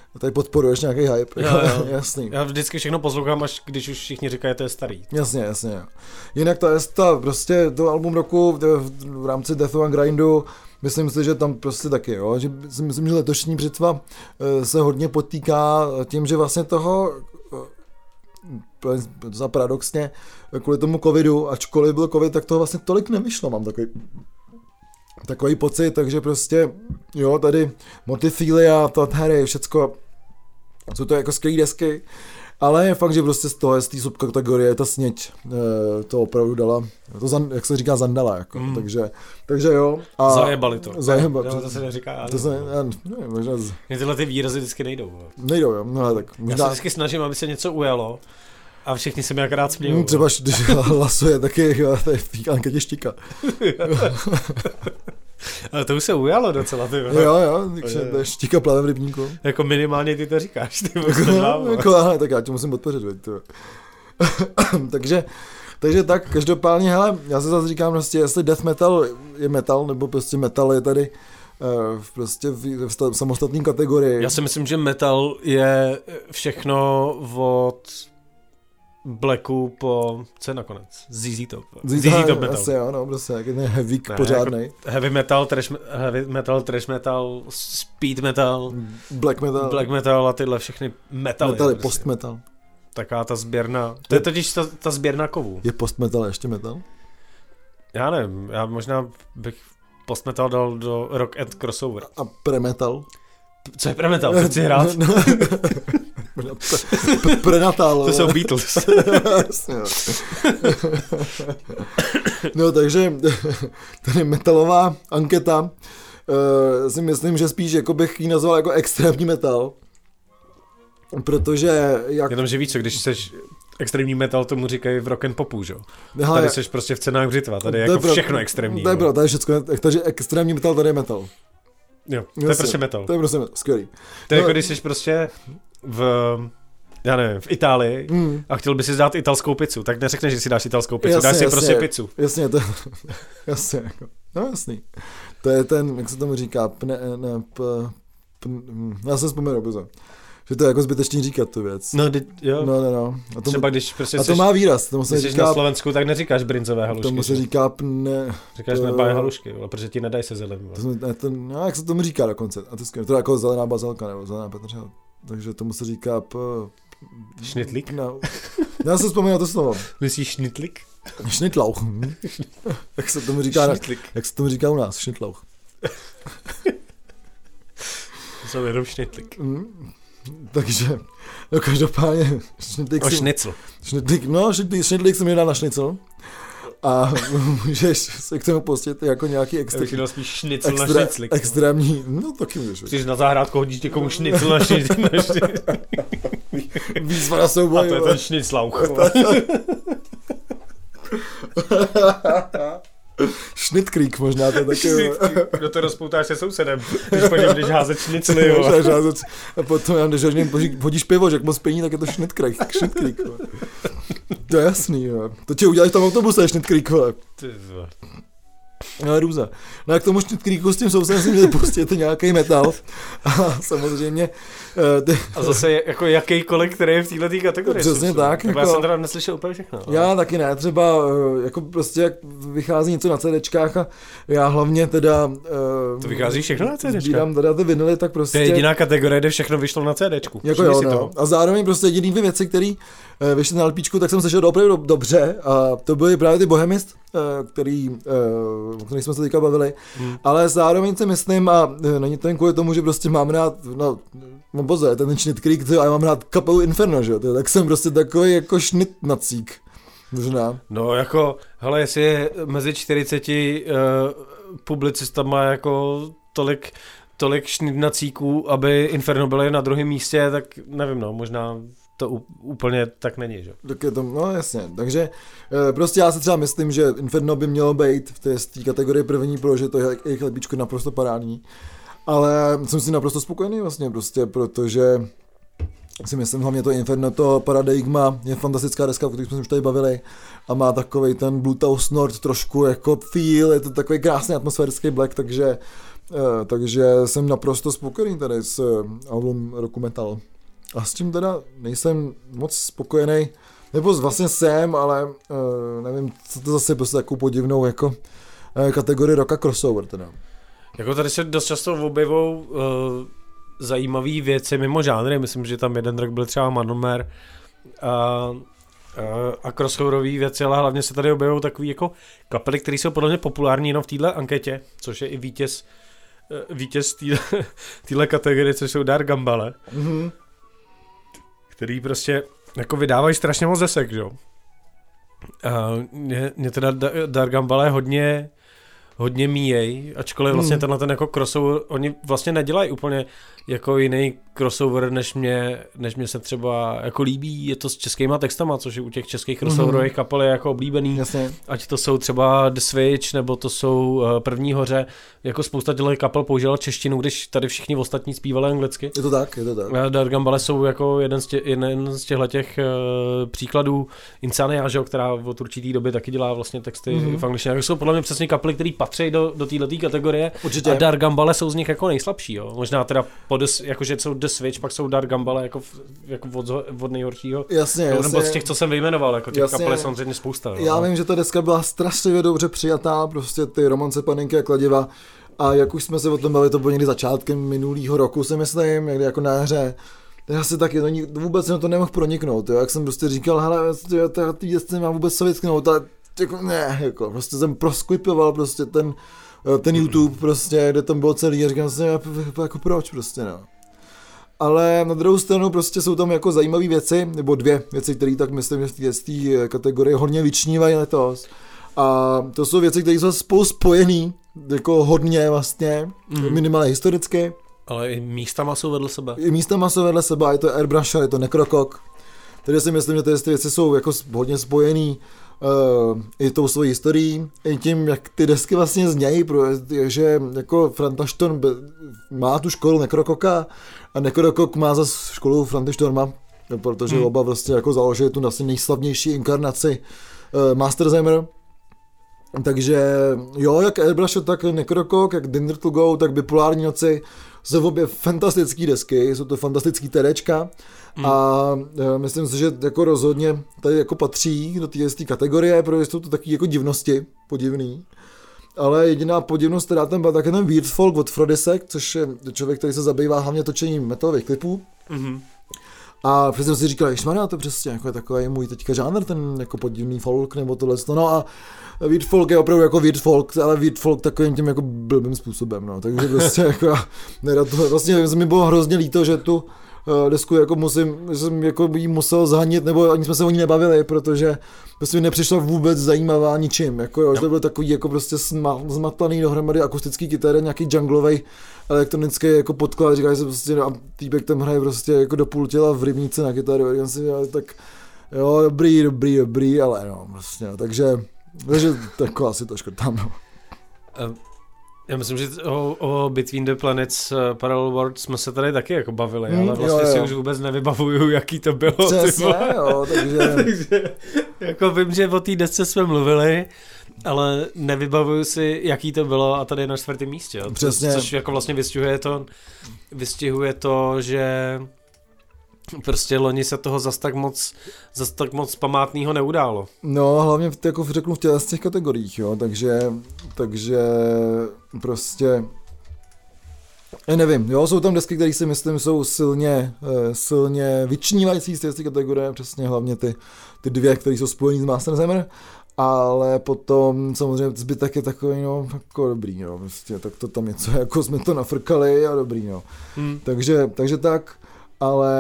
tady podporuješ nějaký hype. Jo, jo. Jasný. Já vždycky všechno poslouchám, až když už všichni říkají, že to je starý. Jasně, jasně. Jo. Jinak to je ta, prostě to album roku v, v rámci Deathu and Grindu, myslím si, že tam prostě taky, jo, že si myslím, že letošní Břitva se hodně potýká tím, že vlastně toho za paradoxně kvůli tomu covidu, ačkoliv byl covid, tak toho vlastně tolik nevyšlo, mám takový takový pocit, takže prostě jo, tady Motifilia, Tothery, všecko, jsou to jako skvělý desky, ale je fakt, že prostě z toho, z té subkategorie ta sněď to opravdu dala, to zan, jak se říká zandala, jako, mm. takže, takže jo. A zajebali to. Zajebali. Jo, to se neříká. To se, já, ne, možná z... Mě tyhle ty výrazy vždycky nejdou. Nejdou, jo, no tak. Možná... Já se vždycky snažím, aby se něco ujalo a všichni se mi akorát smějou. Hmm, třeba když hlasuje taky, jo, tady v Anketě Štika. Ale to už se ujalo docela, ty. Jo, jo, takže to je Štika plave v rybníku. Jako minimálně ty to říkáš, ty. Jako, jako, ale, tak já tě musím podpořit, veď, to. takže, takže tak, každopádně, hele, já se zase říkám, prostě, jestli death metal je metal, nebo prostě metal je tady uh, prostě v, v samostatné kategorii. Já si myslím, že metal je všechno od Blacku po, co je nakonec? Z Z Top. Z Z Top metal. Asi jo, no, prostě, jak je ten heavy ne, pořádnej. Jako heavy metal, trash, heavy metal, trash metal, speed metal, black metal, black metal a tyhle všechny metaly. Metaly, prostě. post metal. Taká ta sběrna, to je totiž ta, ta sběrna kovů. Je post metal ještě metal? Já nevím, já možná bych post metal dal do rock and crossover. A pre-metal? Co je pre-metal? Co chci hrát? Prenatal. To jsou Beatles. No takže tady metalová anketa uh, si myslím, že spíš jako bych ji nazval jako extrémní metal. Protože jak... Jenomže víš co, když seš extrémní metal, tomu říkají v rock and popu, že? Hele, tady seš prostě v cenách Břitva, tady je jako pro, všechno extrémní. To je pro, tady je všechno, takže extrémní metal, tady je metal. Jo, to je prostě metal. To je prostě metal, skvělý. To je no, jako když jsi prostě v, já nevím, v Itálii mm. a chtěl by si dát italskou pizzu, tak neřekneš, že si dáš italskou pizzu, jasně, dáš si jasně, prostě pizzu. Jasně, to jasně, jako, no jasný. To je ten, jak se tomu říká, pne, ne, p, p, já se vzpomenu, pozor. Že to je jako zbytečný říkat tu věc. No, di, jo. No, no, no. A to, třeba když prostě a to má výraz. Tomu se když říká, na Slovensku, tak neříkáš brinzové halušky. Tomu se říká pne... Říkáš to, nebáje halušky, ale protože ti nedají se zelený. To, ne, to, no, jak se tomu říká dokonce. A to, je, to je jako zelená bazalka nebo zelená petržela. Takže tomu se říká... P, Šnitlík? No. Já se vzpomínám to slovo. Myslíš šnitlík? Šnitlauch. Jak se tomu říká, jak se tomu říká u nás, šnitlauch. Jsou jenom šnitlík. Mm. Takže, no každopádně, šnitlík o šnicl. Šnitlík, no, šnitlík, šnitlík se mi dá na šnicl. A můžeš se k tomu pustit jako nějaký extra, extra, šnicl extra, na šniclík. Extrémní, no taky můžeš. Když na zahrádku hodíš někomu šnicl na šnicl. Výzva na souboj. A to je ten šniclauch. Schnitkrieg možná, to je taky. Kdo to rozpoutáš se sousedem, když po něm jdeš házet šnicly, jo. A potom, když hodíš pivo, že jak moc pení, tak je to Schnitkrieg. Schnitkrieg, to je jasný, jo. To tě uděláš v tom autobuse, Schnitkrieg, vole. No, růza. No a k tomu Schnitkriegu s tím sousedem si měli pustit nějaký metal. A samozřejmě... Uh, ty... A zase jako jakýkoliv, který je v této kategorii. Přesně tak. Jako... Já jsem teda neslyšel úplně všechno. Ale... Já taky ne, třeba uh, jako prostě jak vychází něco na CDčkách a já hlavně teda... Uh, to vychází všechno na CDčkách? Sbírám teda ty vinily, tak prostě... To je jediná kategorie, kde všechno vyšlo na CDčku. Jako jo, no. A zároveň prostě jediný dvě věci, které uh, vyšly na LPčku, tak jsem slyšel opravdu dobře a to byly právě ty Bohemist, uh, který, uh, o kterých jsme se teďka bavili, hmm. ale zároveň si myslím, a uh, není to jen kvůli tomu, že prostě mám rád, no, no boze, ten Schnitkrieg, a já mám rád kapelu Inferno, že jo, tak jsem prostě takový jako šnitnacík. Možná. No jako, hele, jestli je mezi čtyřiceti uh, publicistama jako tolik, tolik šnitnacíků, aby Inferno byly na druhém místě, tak nevím, no, možná to úplně tak není, že? Tak je to, no jasně, takže uh, prostě já si třeba myslím, že Inferno by mělo být v té, té kategorii první, protože to je jejich lepíčko naprosto parádní. Ale jsem si naprosto spokojený vlastně prostě, protože si myslím hlavně to Inferno, to Paradigma je fantastická deska, o které jsme se už tady bavili a má takovej ten Bluetooth Nord trošku jako feel, je to takový krásný atmosférický black, takže takže jsem naprosto spokojený tady s album Roku Metal. A s tím teda nejsem moc spokojený, nebo vlastně jsem, ale nevím, co to zase je prostě takovou podivnou jako kategorii rocka crossover teda. Jako tady se dost často objevou uh, zajímavé věci mimo žánry, myslím, že tam jeden rok byl třeba Manomer a, uh, a crossoverové věci, ale hlavně se tady objevují takový jako kapely, které jsou podle mě populární jenom v téhle anketě, což je i vítěz uh, vítěz téhle kategorie, což jsou Dark Gambale, mm-hmm. který prostě jako vydávají strašně moc desek, že jo. Uh, mě, mě teda Dark Gambale hodně hodně míjej, ačkoliv vlastně hmm. tenhle ten jako crossover, oni vlastně nedělají úplně jako jiný crossover, než mě, než mě se třeba jako líbí, je to s českýma textama, což je u těch českých crossoverových kapel je jako oblíbený, jasně. Ať to jsou třeba The Switch, nebo to jsou uh, První hoře, jako spousta těch kapel použila češtinu, když tady všichni ostatní zpívali anglicky. Je to tak, je to tak. Dark Gambale jsou jako jeden z, tě, jeden z těchto těch uh, příkladů. Insania, že, která od určitý doby taky dělá vlastně texty mm-hmm. v angličtině. Jako jsou podle mě přesně kapely, které patří do, do této kategorie. Určitě. A Dark Gambale jsou z nich jako nejslabší. Jo. Možná teda po des, jakože jsou The Switch, pak jsou Dark Gambale jako, jako od, od nejhoršího. Jasně, jasně. Nebo z těch, co jsem vyjmenoval, jako těch kapel je samozřejmě spousta. Já jo. Vím, že ta deska byla strašně dobře přijatá, prostě ty Romance, Panenky a Kladiva. A jak už jsme se o tom bavili, to bylo někdy začátkem minulého roku, si myslím, někdy jako na hře. Já si taky to vůbec na to nemohl proniknout, jo. Jak jsem prostě říkal, hele, ty dětce nemám vůbec co vytknout, a jako ne, jako, prostě jsem prosklipoval prostě ten, ten YouTube prostě, kde tam bylo celý a říkám si, jako proč prostě, no. Ale na druhou stranu prostě jsou tam jako zajímavé věci, nebo dvě věci, které tak myslím, že z té kategorie hodně vyčnívají letos. A to jsou věci, které jsou spolu spojený, jako hodně vlastně, mm. minimálně historicky. Ale i místama jsou vedle sebe. I místama jsou vedle sebe, a je to Airbrush, je to Necrocock. Tedy si myslím, že ty věci jsou jako hodně spojený uh, i tou svojí historií, i tím, jak ty desky vlastně znějí, protože jako Frantaštorm má tu školu Necrococka a Necrocock má zase školu Frantaštorma, protože mm. oba vlastně jako založili tu vlastně nejslavnější inkarnaci uh, Masterzhammer. Takže jo, jak Airbrush, tak Necrocock, jak Dinner to Go, tak Bipolární noci, jsou obě fantastické desky, jsou to fantastický terečka mm. a e, myslím si, že jako rozhodně tady jako patří do té kategorie, protože jsou to taky jako divnosti, podivný. Ale jediná podivnost, která tam byla, tak je ten Weird Folk od Frodisek, což je člověk, který se zabývá hlavně točením metalových klipů. Mm-hmm. A přesně si říkal, ježmarja, to přesně jako je takový můj teďka žánr, ten jako podivný folk nebo tohle. No a Weird Folk je opravdu jako Weird Folk, ale Weird Folk takovým tím jako blbým způsobem, no. Takže prostě jako, nerad to, vlastně mi bylo hrozně líto, že tu uh, desku jako musím, jsem jako jí musel zhanit, nebo ani jsme se o ní nebavili, protože prostě mi nepřišla vůbec zajímavá ničím, jako jo, že to byl takový jako prostě sma, zmatlaný dohromady akustický kytary, nějaký junglovej elektronický jako podklad, říkali se prostě, no, a týpek tam hraje prostě jako do půl těla v rybníce na kytaru, říkám si, tak jo, dobrý, dobrý, dobrý, ale no, prostě, no, takže takže tako asi to škrtám, no. Já myslím, že o, o Between the Planets uh, Parallel Worlds jsme se tady taky jako bavili, mm, ale vlastně jo, jo. si už vůbec nevybavuju, jaký to bylo. Přesně, jo, takže... takže jako vím, že o té desce jsme mluvili, ale nevybavuju si, jaký to bylo, a tady je na čtvrtém místě. Jo. Přesně. Což jako vlastně vystihuje to, vystihuje to, že prostě loni se toho zas tak moc, zas tak moc památného neudálo. No, hlavně jako řeknu v těch, z těch kategoriích, jo, takže, takže prostě, já nevím, jo, jsou tam desky, které si myslím jsou silně, silně vyčnívající z té kategorie, přesně hlavně ty, ty dvě, které jsou spojený s Masterzhammer, ale potom samozřejmě zbytek je takový, no, jako dobrý, no, prostě, tak to tam něco, jako jsme to nafrkali a dobrý, no. Hmm. Takže, takže tak. Ale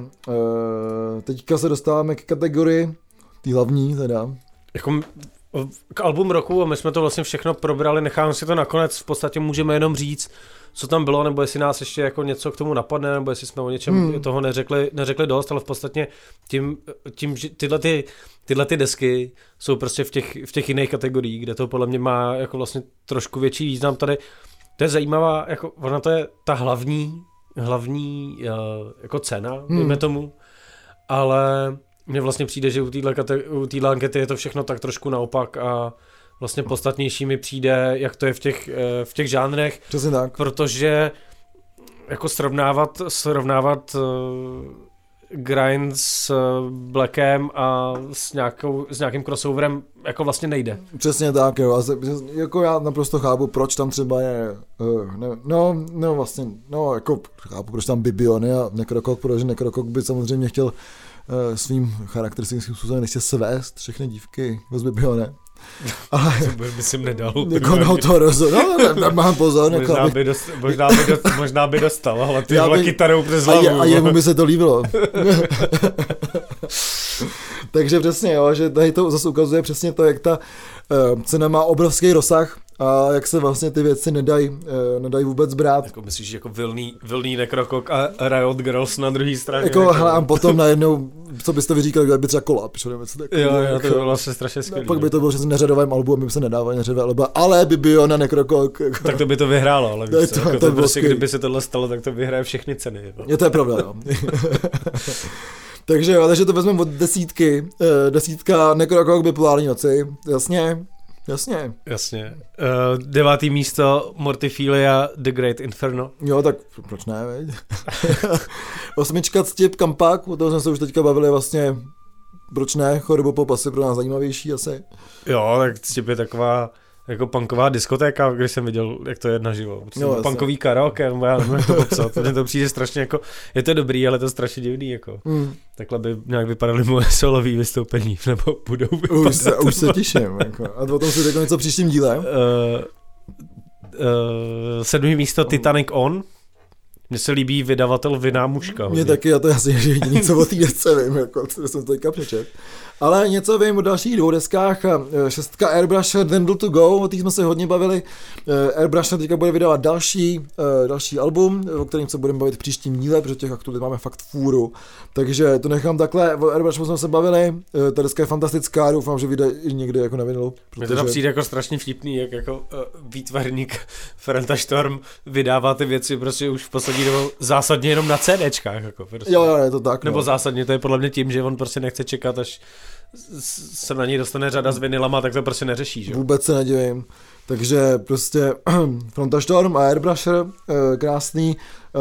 e, teďka se dostáváme k kategorii, tý hlavní teda. Jako k album roku, a my jsme to vlastně všechno probrali, necháme si to nakonec, v podstatě můžeme jenom říct, co tam bylo, nebo jestli nás ještě jako něco k tomu napadne, nebo jestli jsme o něčem hmm. toho neřekli, neřekli dost, ale v podstatě tím, tím že tyhle, ty, tyhle ty desky jsou prostě v těch, v těch jiných kategoriích, kde to podle mě má jako vlastně trošku větší význam tady. To je zajímavá, jako ona to je ta hlavní, hlavní uh, jako cena, dejme hmm. tomu, ale mně vlastně přijde, že u téhle ankety je to všechno tak trošku naopak a vlastně podstatnější mi přijde, jak to je v těch, v těch žánrech. Přesně tak. Protože jako srovnávat, srovnávat uh, grind s Blackem a s, nějakou, s nějakým crossoverem jako vlastně nejde. Přesně tak, jo. A jako já naprosto chápu, proč tam třeba je, uh, ne, no, no vlastně, no jako chápu, proč tam Bibiony a Necrokok, protože Necrokok by samozřejmě chtěl uh, svým charakteristickým způsobem nechtěl svést všechny dívky z Bibione. Ale to by jsem nedal. Jako no to rozhodně, no, ne, mám pozor. Možná, jako, by dost, možná, by dost, možná by dostal, ale ty vole kytarou přes hlavu. A, a jemu by se to líbilo. Takže přesně, jo, že tady to zase ukazuje přesně to, jak ta uh, cena má obrovský rozsah a jak se vlastně ty věci nedají uh, nedaj vůbec brát. Jako myslíš, jako vilný, vilný Necrokok a Riot Girls na druhé straně. Jako, hele, a potom najednou, co byste vy říkali, kdyby třeba Collapse, nebo něco takového. Jo, jo, jako, to bylo vlastně strašně skvělé. No, pak by to bylo přesně neřadovém albu a my by se nedávali neřadové alba, ale Bibion a Necrokok. Jako. Tak to by to vyhrálo, ale víš to, co, jako to, to to prostě, skvělý. kdyby se tohle stalo, tak to vyhraje všechny ceny. No. Je to je pravda, jo. Takže jo, takže to vezmeme od desítky. Desítka Necrokok Bipolární noci, jasně. Jasně. Jasně. Uh, devátý místo Mortifilia The Great Inferno. Jo, tak proč ne, veď? Osmička Ctip Kampak, o tom jsme se už teďka bavili vlastně, proč ne, Chorobopop asi pro nás zajímavější asi. Jo, tak Ctip je taková jako punková diskotéka, když jsem viděl, jak to je naživo. No, punkový karaoke, já nevím, jak to popsat. Mně to přijde strašně jako, je to dobrý, ale to je strašně divný, jako. Mm. Takhle by nějak vypadaly moje solový vystoupení, nebo budou vypadat. Už se, už se těším, jako. A o tom si řekl něco příštím díle. Uh, uh, sedmý místo Titanic On. Mně se líbí vydavatel Vinná mužka. Mně taky, a to je asi jediný, co o té desce vím, jako, co jsem teďka přečet. Ale něco vím o dalších dvou deskách. Šestka Airbrusher Dandle to Go, o těch jsme se hodně bavili. Airbrusher teďka bude vydávat další, další album, o kterém se budeme bavit v příštím díle, protože těch aktuálně máme fakt fůru. Takže to nechám takhle, o Airbrusheru jsme se bavili, ta deska je fantastická, doufám, že vyjde i někde jako na vinylu. Mně to přijde jako strašně vtipný, jak jako uh, výtvarník Franta Storm vydává ty věci prostě už v poslední dobou zásadně jenom na CDčkách. Jako prostě. Jo, jo, je to tak. Nebo no. zásadně, to je podle mě tím, že on prostě nechce čekat, až se na něj dostane řada s vinylama, tak to prostě neřeší, že? Vůbec se nedivím. Takže prostě Franta Storm a Airbrusher, krásný.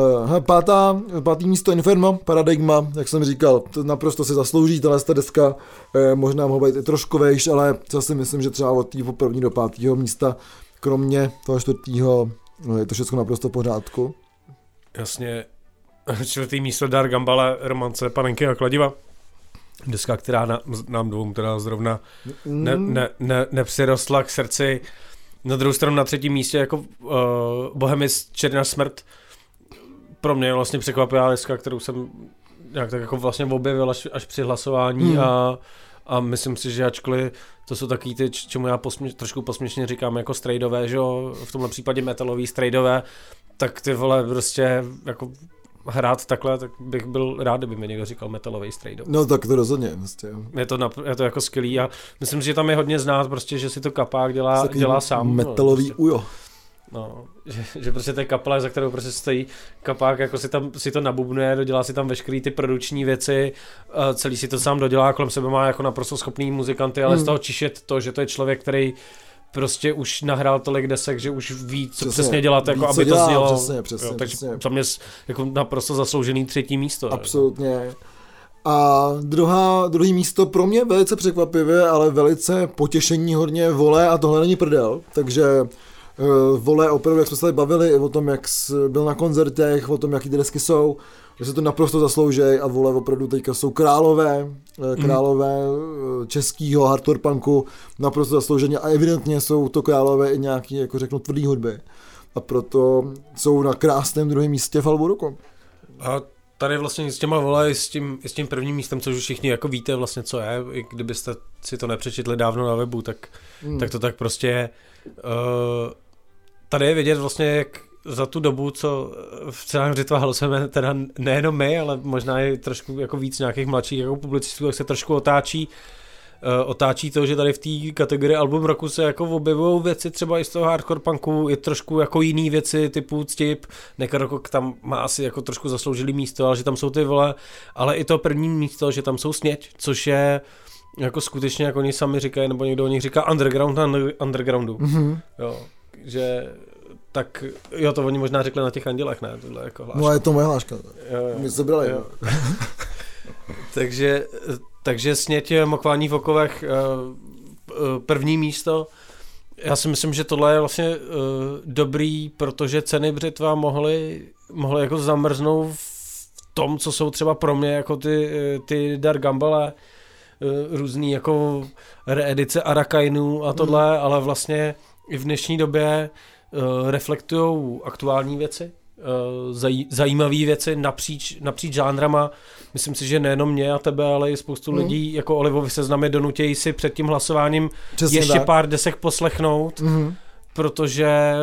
Pátá, pátý místo Inferno, Paradigma, jak jsem říkal, to naprosto si zaslouží, tahle deska, možná mohla být i trošku vejš, ale co si myslím, že třeba od tého první do pátého místa, kromě toho čtvrtého, je to všechno naprosto v pořádku. Jasně, čtvrtý místo Dark Gambale, Romance Panenky a kladiva. Deska, která na, nám dvou teda zrovna ne, ne, ne, nepřirostla k srdci. Na druhou stranu na třetím místě jako uh, Bohemis Černá smrt. Pro mě je vlastně překvapivá deska, kterou jsem nějak tak jako vlastně objevil až, až při hlasování hmm. a, a myslím si, že ačkoliv to jsou taky ty, čemu já posměš, trošku posměšně říkám jako strejdové, že jo, v tomhle případě metalový strejdové, tak ty vole prostě jako hrát takhle, tak bych byl rád, kdyby mi někdo říkal metalový strejdov. No tak to rozhodně. Vlastně. Je to, napr- je to jako skvělý a myslím si, že tam je hodně znát prostě, že si to kapák dělá, dělá sám. Metalový no, prostě, ujo. No, že, že prostě té kaple, za kterou prostě stojí kapák, jako si tam si to nabubnuje, dodělá si tam veškerý ty produkční věci, celý si to sám dodělá, kolem sebe má jako naprosto schopný muzikanty, ale hmm. z toho čišet to, že to je člověk, který prostě už nahrál tolik desek, že už ví, co přesně, přesně dělat, jako aby dělá, to znělo. Přesně, přesně, jo, takže přesně. za mě jako naprosto zasloužený třetí místo. Absolutně. Jako. A druhá, druhý místo pro mě velice překvapivé, ale velice potěšení hodně Vole a tohle není prdel, takže uh, Vole opravdu, jak jsme se tady bavili o tom, jak byl na koncertech, o tom, jaký ty desky jsou, že se to naprosto zaslouží a Vole opravdu teďka jsou králové, králové mm. českýho hardcore punku, naprosto zaslouženě a evidentně jsou to králové i nějaký, jako řeknu, tvrdý hudby. A proto jsou na krásném druhém místě v albu roku. A tady vlastně s těma Vole i s tím, i s tím prvním místem, což už všichni jako víte vlastně, co je, i kdybyste si to nepřečetli dávno na webu, tak, mm. tak to tak prostě je. Uh, tady je vidět vlastně, jak za tu dobu, co v celém Řitva hlasujeme, teda nejenom my, ale možná i trošku jako víc nějakých mladších jako publicistů, tak se trošku otáčí, uh, otáčí to, že tady v té kategorii album roku se jako objevují věci třeba i z toho hardcore punku, i trošku jako jiný věci typu Ctip, Necrokok tam má asi jako trošku zasloužilý místo, ale že tam jsou ty Vole, ale i to první místo, že tam jsou Sněť, což je jako skutečně, jak oni sami říkají, nebo někdo o nich říká underground under, undergroundu. Mm-hmm. Jo, že tak, jo, to oni možná řekli na těch Andělech, ne? Tohle jako hláška. No a je to moje hláška. Jo, jo. My se brali. Jo. takže, takže sněť Mokvání v okovech první místo. Já si myslím, že tohle je vlastně dobrý, protože ceny břitva mohly, mohly jako zamrznout v tom, co jsou třeba pro mě jako ty, ty Dark Gumball, různý jako reedice Arakainů a tohle, mm. ale vlastně i v dnešní době uh, reflektujou aktuální věci, uh, zaj, zajímavé věci napříč, napříč žánrama. Myslím si, že nejenom mě a tebe, ale i spoustu mm. lidí jako Olivovi seznamy donutějí si před tím hlasováním Přesně ještě tak. pár desek poslechnout, mm. protože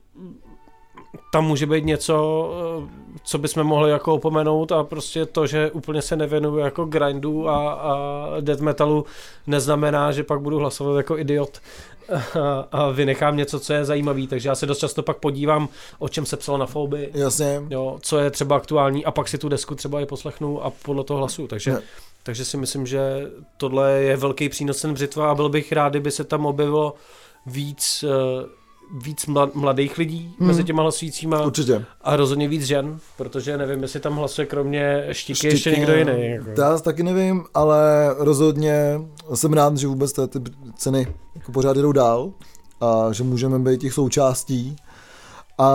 tam může být něco, co bychom mohli jako opomenout a prostě to, že úplně se nevěnuju jako grindu a, a death metalu, neznamená, že pak budu hlasovat jako idiot a, a vynechám něco, co je zajímavý, takže já se dost často pak podívám, o čem se psalo na Fobii, Jasně. Jo, co je třeba aktuální a pak si tu desku třeba i poslechnu a podle toho hlasuju, takže, takže si myslím, že tohle je velký přínos ten břitva a byl bych rád, kdyby se tam objevilo víc víc mladých lidí hmm. mezi těma hlasujícíma. Určitě. A rozhodně víc žen, protože nevím, jestli tam hlasuje kromě Štíky, Štíky ještě někdo jiný. Jako. Já taky nevím, ale rozhodně jsem rád, že vůbec ty ceny jako pořád jdou dál a že můžeme být těch součástí a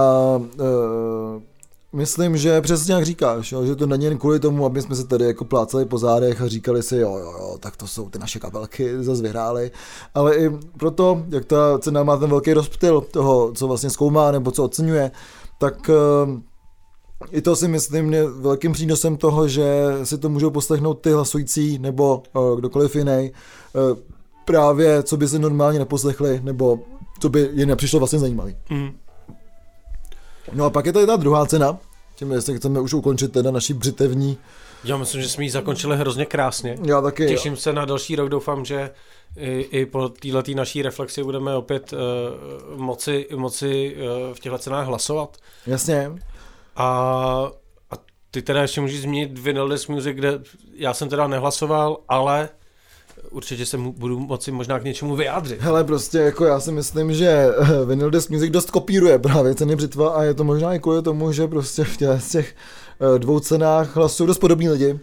e, myslím, že přesně jak říkáš, jo, že to není jen kvůli tomu, aby jsme se tady jako plácali po zádech a říkali si, jo, jo, jo, tak to jsou ty naše kabelky, zase vyhrály, ale i proto, jak ta cena má ten velký rozptyl toho, co vlastně zkoumá nebo co oceňuje, tak uh, i to si myslím je velkým přínosem toho, že si to můžou poslechnout ty hlasující nebo uh, kdokoliv jiný, uh, právě co by si normálně neposlechli, nebo co by je nepřišlo vlastně zajímavý. Mm. No a pak je tady ta druhá cena, tím jestli chceme už ukončit teda naši břitevní. Já myslím, že jsme ji zakončili hrozně krásně. Já taky. Těším jo. se na další rok, doufám, že i, i po této naší reflexi budeme opět uh, moci, moci uh, v těchto cenách hlasovat. Jasně. A, a ty teda ještě můžeš zmínit Vinyl Disc Music, kde já jsem teda nehlasoval, ale určitě se mu, budu moci možná k něčemu vyjádřit. Hele, prostě jako já si myslím, že Vinyl Disc Music dost kopíruje právě ceny břitva a je to možná i kvůli tomu, že prostě v těch, těch dvou cenách hlasují dost podobní lidi.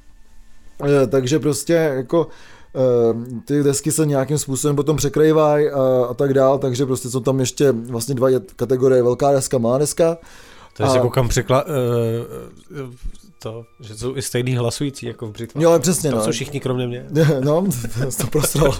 Takže prostě jako ty desky se nějakým způsobem potom překrývají a, a tak dál, takže prostě jsou tam ještě vlastně dva kategorie, velká deska, malá deska. Takže se koukám překla... Uh, to, že jsou i stejný hlasující jako v břitvách. Jo, přesně, tam no. jsou všichni kromě mě. No, to prostral.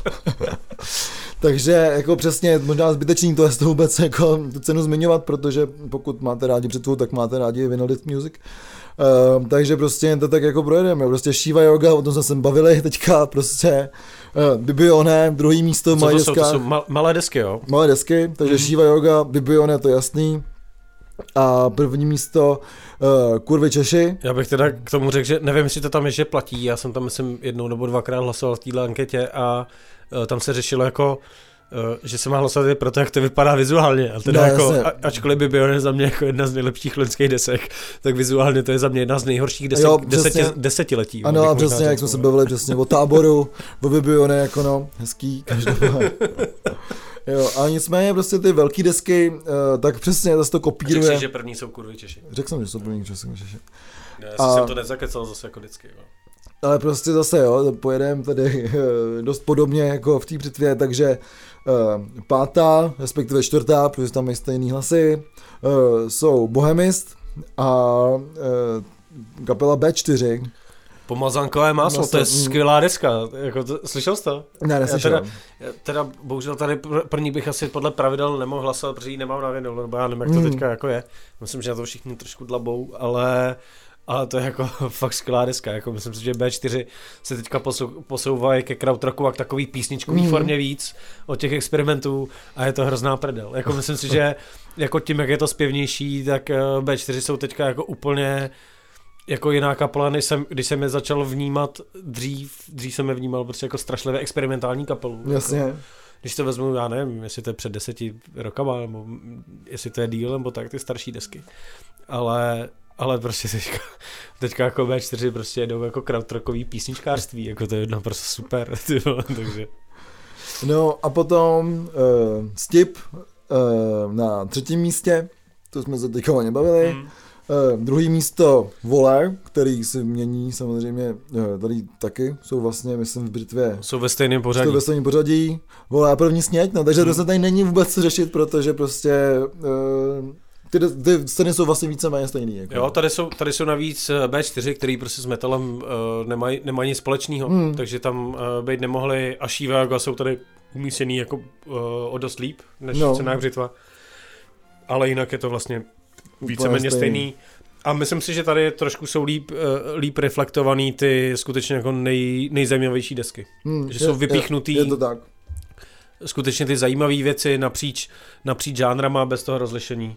Takže jako přesně možná zbytečný to je to vůbec jako tu cenu zmiňovat, protože pokud máte rádi břitvu, tak máte rádi Vinyl Disc Music. Uh, takže prostě to tak jako projedeme. Prostě Shiva Yoga, o tom jsme se bavili teďka, prostě uh, Bibione, druhý místo, malé deska. To jsou mal, malé desky, jo? Malé desky, takže mm-hmm. Shiva Yoga, Bibione, to je jasný. A první místo uh, Kurvy Češi. Já bych teda k tomu řekl, že nevím, jestli to tam ještě platí, já jsem tam myslím jednou nebo dvakrát hlasoval v této anketě a uh, tam se řešilo jako, uh, že se má hlasovat i proto, jak to vypadá vizuálně. A teda no, jako, a, ačkoliv by bylo za mě jako jedna z nejlepších loňských desek, tak vizuálně to je za mě jedna z nejhorších desek jo, deseti, desetiletí. Ano, a přesně, jak jsme se bavili přesně o Táboru, o Bibione, jako no, hezký, každopádně. Jo, a nicméně prostě ty velký desky, uh, tak přesně zase to kopíruje. Řekl jsi, že první jsou Kurvy Češi. Řekl jsem, že jsou první Češi. Já a... jsem to nezakecal zase jako vždycky. Jo. Ale prostě zase jo, pojedeme tady uh, dost podobně jako v té břitvě, takže uh, pátá, respektive čtvrtá, protože tam mají stejný hlasy, uh, jsou Bohemist a uh, kapela bé čtyři. Pomazankové máslo, no, to je skvělá deska, jako to, slyšel jsi to? Ne, neslyšel. Já teda, já teda bohužel tady první bych asi podle pravidel nemohl hlasovat, protože ji nemám na vinyl, nebo já nevím, jak to mm. teďka jako je. Myslím, že na to všichni trošku dlabou, ale, ale to je jako fakt skvělá deska, jako myslím si, že bé čtyři se teďka posou, posouvají ke krautrocku a k takový písničkový mm. formě víc od těch experimentů a je to hrozná prdel. Jako myslím si, že jako tím, jak je to zpěvnější, tak bé čtyři jsou teďka jako úplně jako jiná kapela, než jsem, když jsem je začal vnímat dřív, dřív jsem je vnímal prostě jako strašlivě experimentální kapelu. Jasně. Jako, když to vezmu, já nevím, jestli to je před deseti rokama, nebo jestli to je díl, nebo tak, ty starší desky. Ale, ale prostě teďka, teďka jako bé čtyři prostě jedou jako krautrockový písničkářství, jako to je naprosto super, ty vole, takže. No a potom uh, Stip uh, na třetím místě, to jsme se teďka hodně bavili. Hmm. Uh, druhý místo Voler, který si mění samozřejmě, uh, tady taky jsou vlastně, myslím, v Britvě. Jsou ve stejném pořadí. Jsou ve stejném pořadí. Voler první sněď, no, takže hmm. to se tady není vůbec co řešit, protože prostě uh, ty, ty scény jsou vlastně víceméně stejný. Jako. Jo, tady jsou, tady jsou navíc bé čtyři, který prostě s metalem uh, nemají, nemají nic společného, hmm. takže tam uh, být nemohli a Shiva jsou tady umístěný jako uh, o dost líp, než no. Cenách břitva. Ale jinak je to vlastně víceméně stejný. stejný. A myslím si, že tady trošku jsou líp, uh, líp reflektovaný ty skutečně jako nej, nejzajímavější desky. Hmm, že je, jsou vypíchnutý. Je, je to tak. Skutečně ty zajímavé věci napříč, napříč žánrama bez toho rozlišení.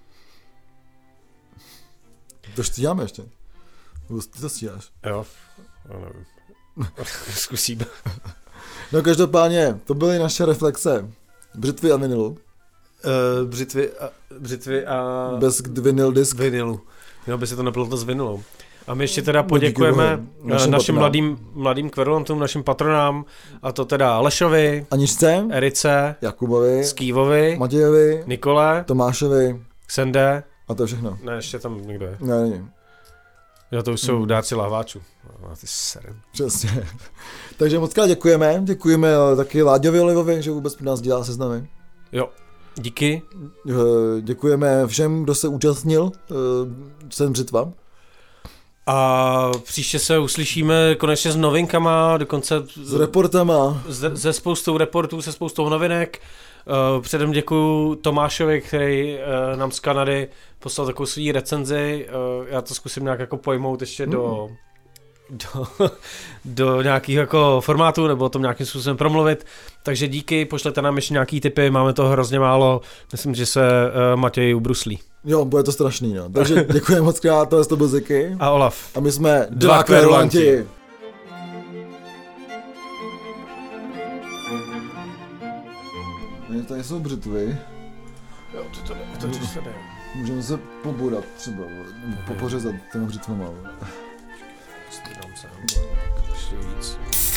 To stíháme ještě. Ty to stíháš. Jo, já nevím. Zkusíme. No každopádně, to byly naše reflexe. Břitvy a vinilu. Uh, břitvy, a, břitvy a... Bez vinyl disk. Vinilu. Jo, by se to neplotlo s vinilou. A my ještě teda poděkujeme no, našim, našim mladým, mladým kverulantům, našim patronám, a to teda Alešovi, Aničce, Erice, Jakubovi, Skývovi, Matějovi, Nikole, Tomášovi, Xende. A to je všechno. Ne, ještě tam někdo je. Ne, není. Jo, to už jsou hmm. dárci lahváčů. No, ty serem. Přesně. Takže moc krát děkujeme. Děkujeme taky Láďovi Olivovi, že vůbec nás dělá seznamy. Jo, díky. Děkujeme všem, kdo se účastnil Sen břitva. A příště se uslyšíme konečně s novinkama, dokonce s reportama. Se spoustou reportů, se spoustou novinek. Uh, předem děkuju Tomášovi, který uh, nám z Kanady poslal takovou svý recenzi. Uh, já to zkusím nějak jako pojmout ještě mm. do, do, do nějakých jako formátů, nebo o tom nějakým způsobem promluvit. Takže díky, pošlete nám ještě nějaký tipy, máme toho hrozně málo. Myslím, že se uh, Matěj ubruslí. Jo, bude to strašný, no. Takže děkujeme moc krát, tohle to byl Ziky. A Olaf. A my jsme dva, dva kverulanti. Tady jsou břitvy. Jo, to tady, to tady, to tady. Můžeme se pobodat třeba, nebo popořezat těma břitvama. Dám se, ještě víc.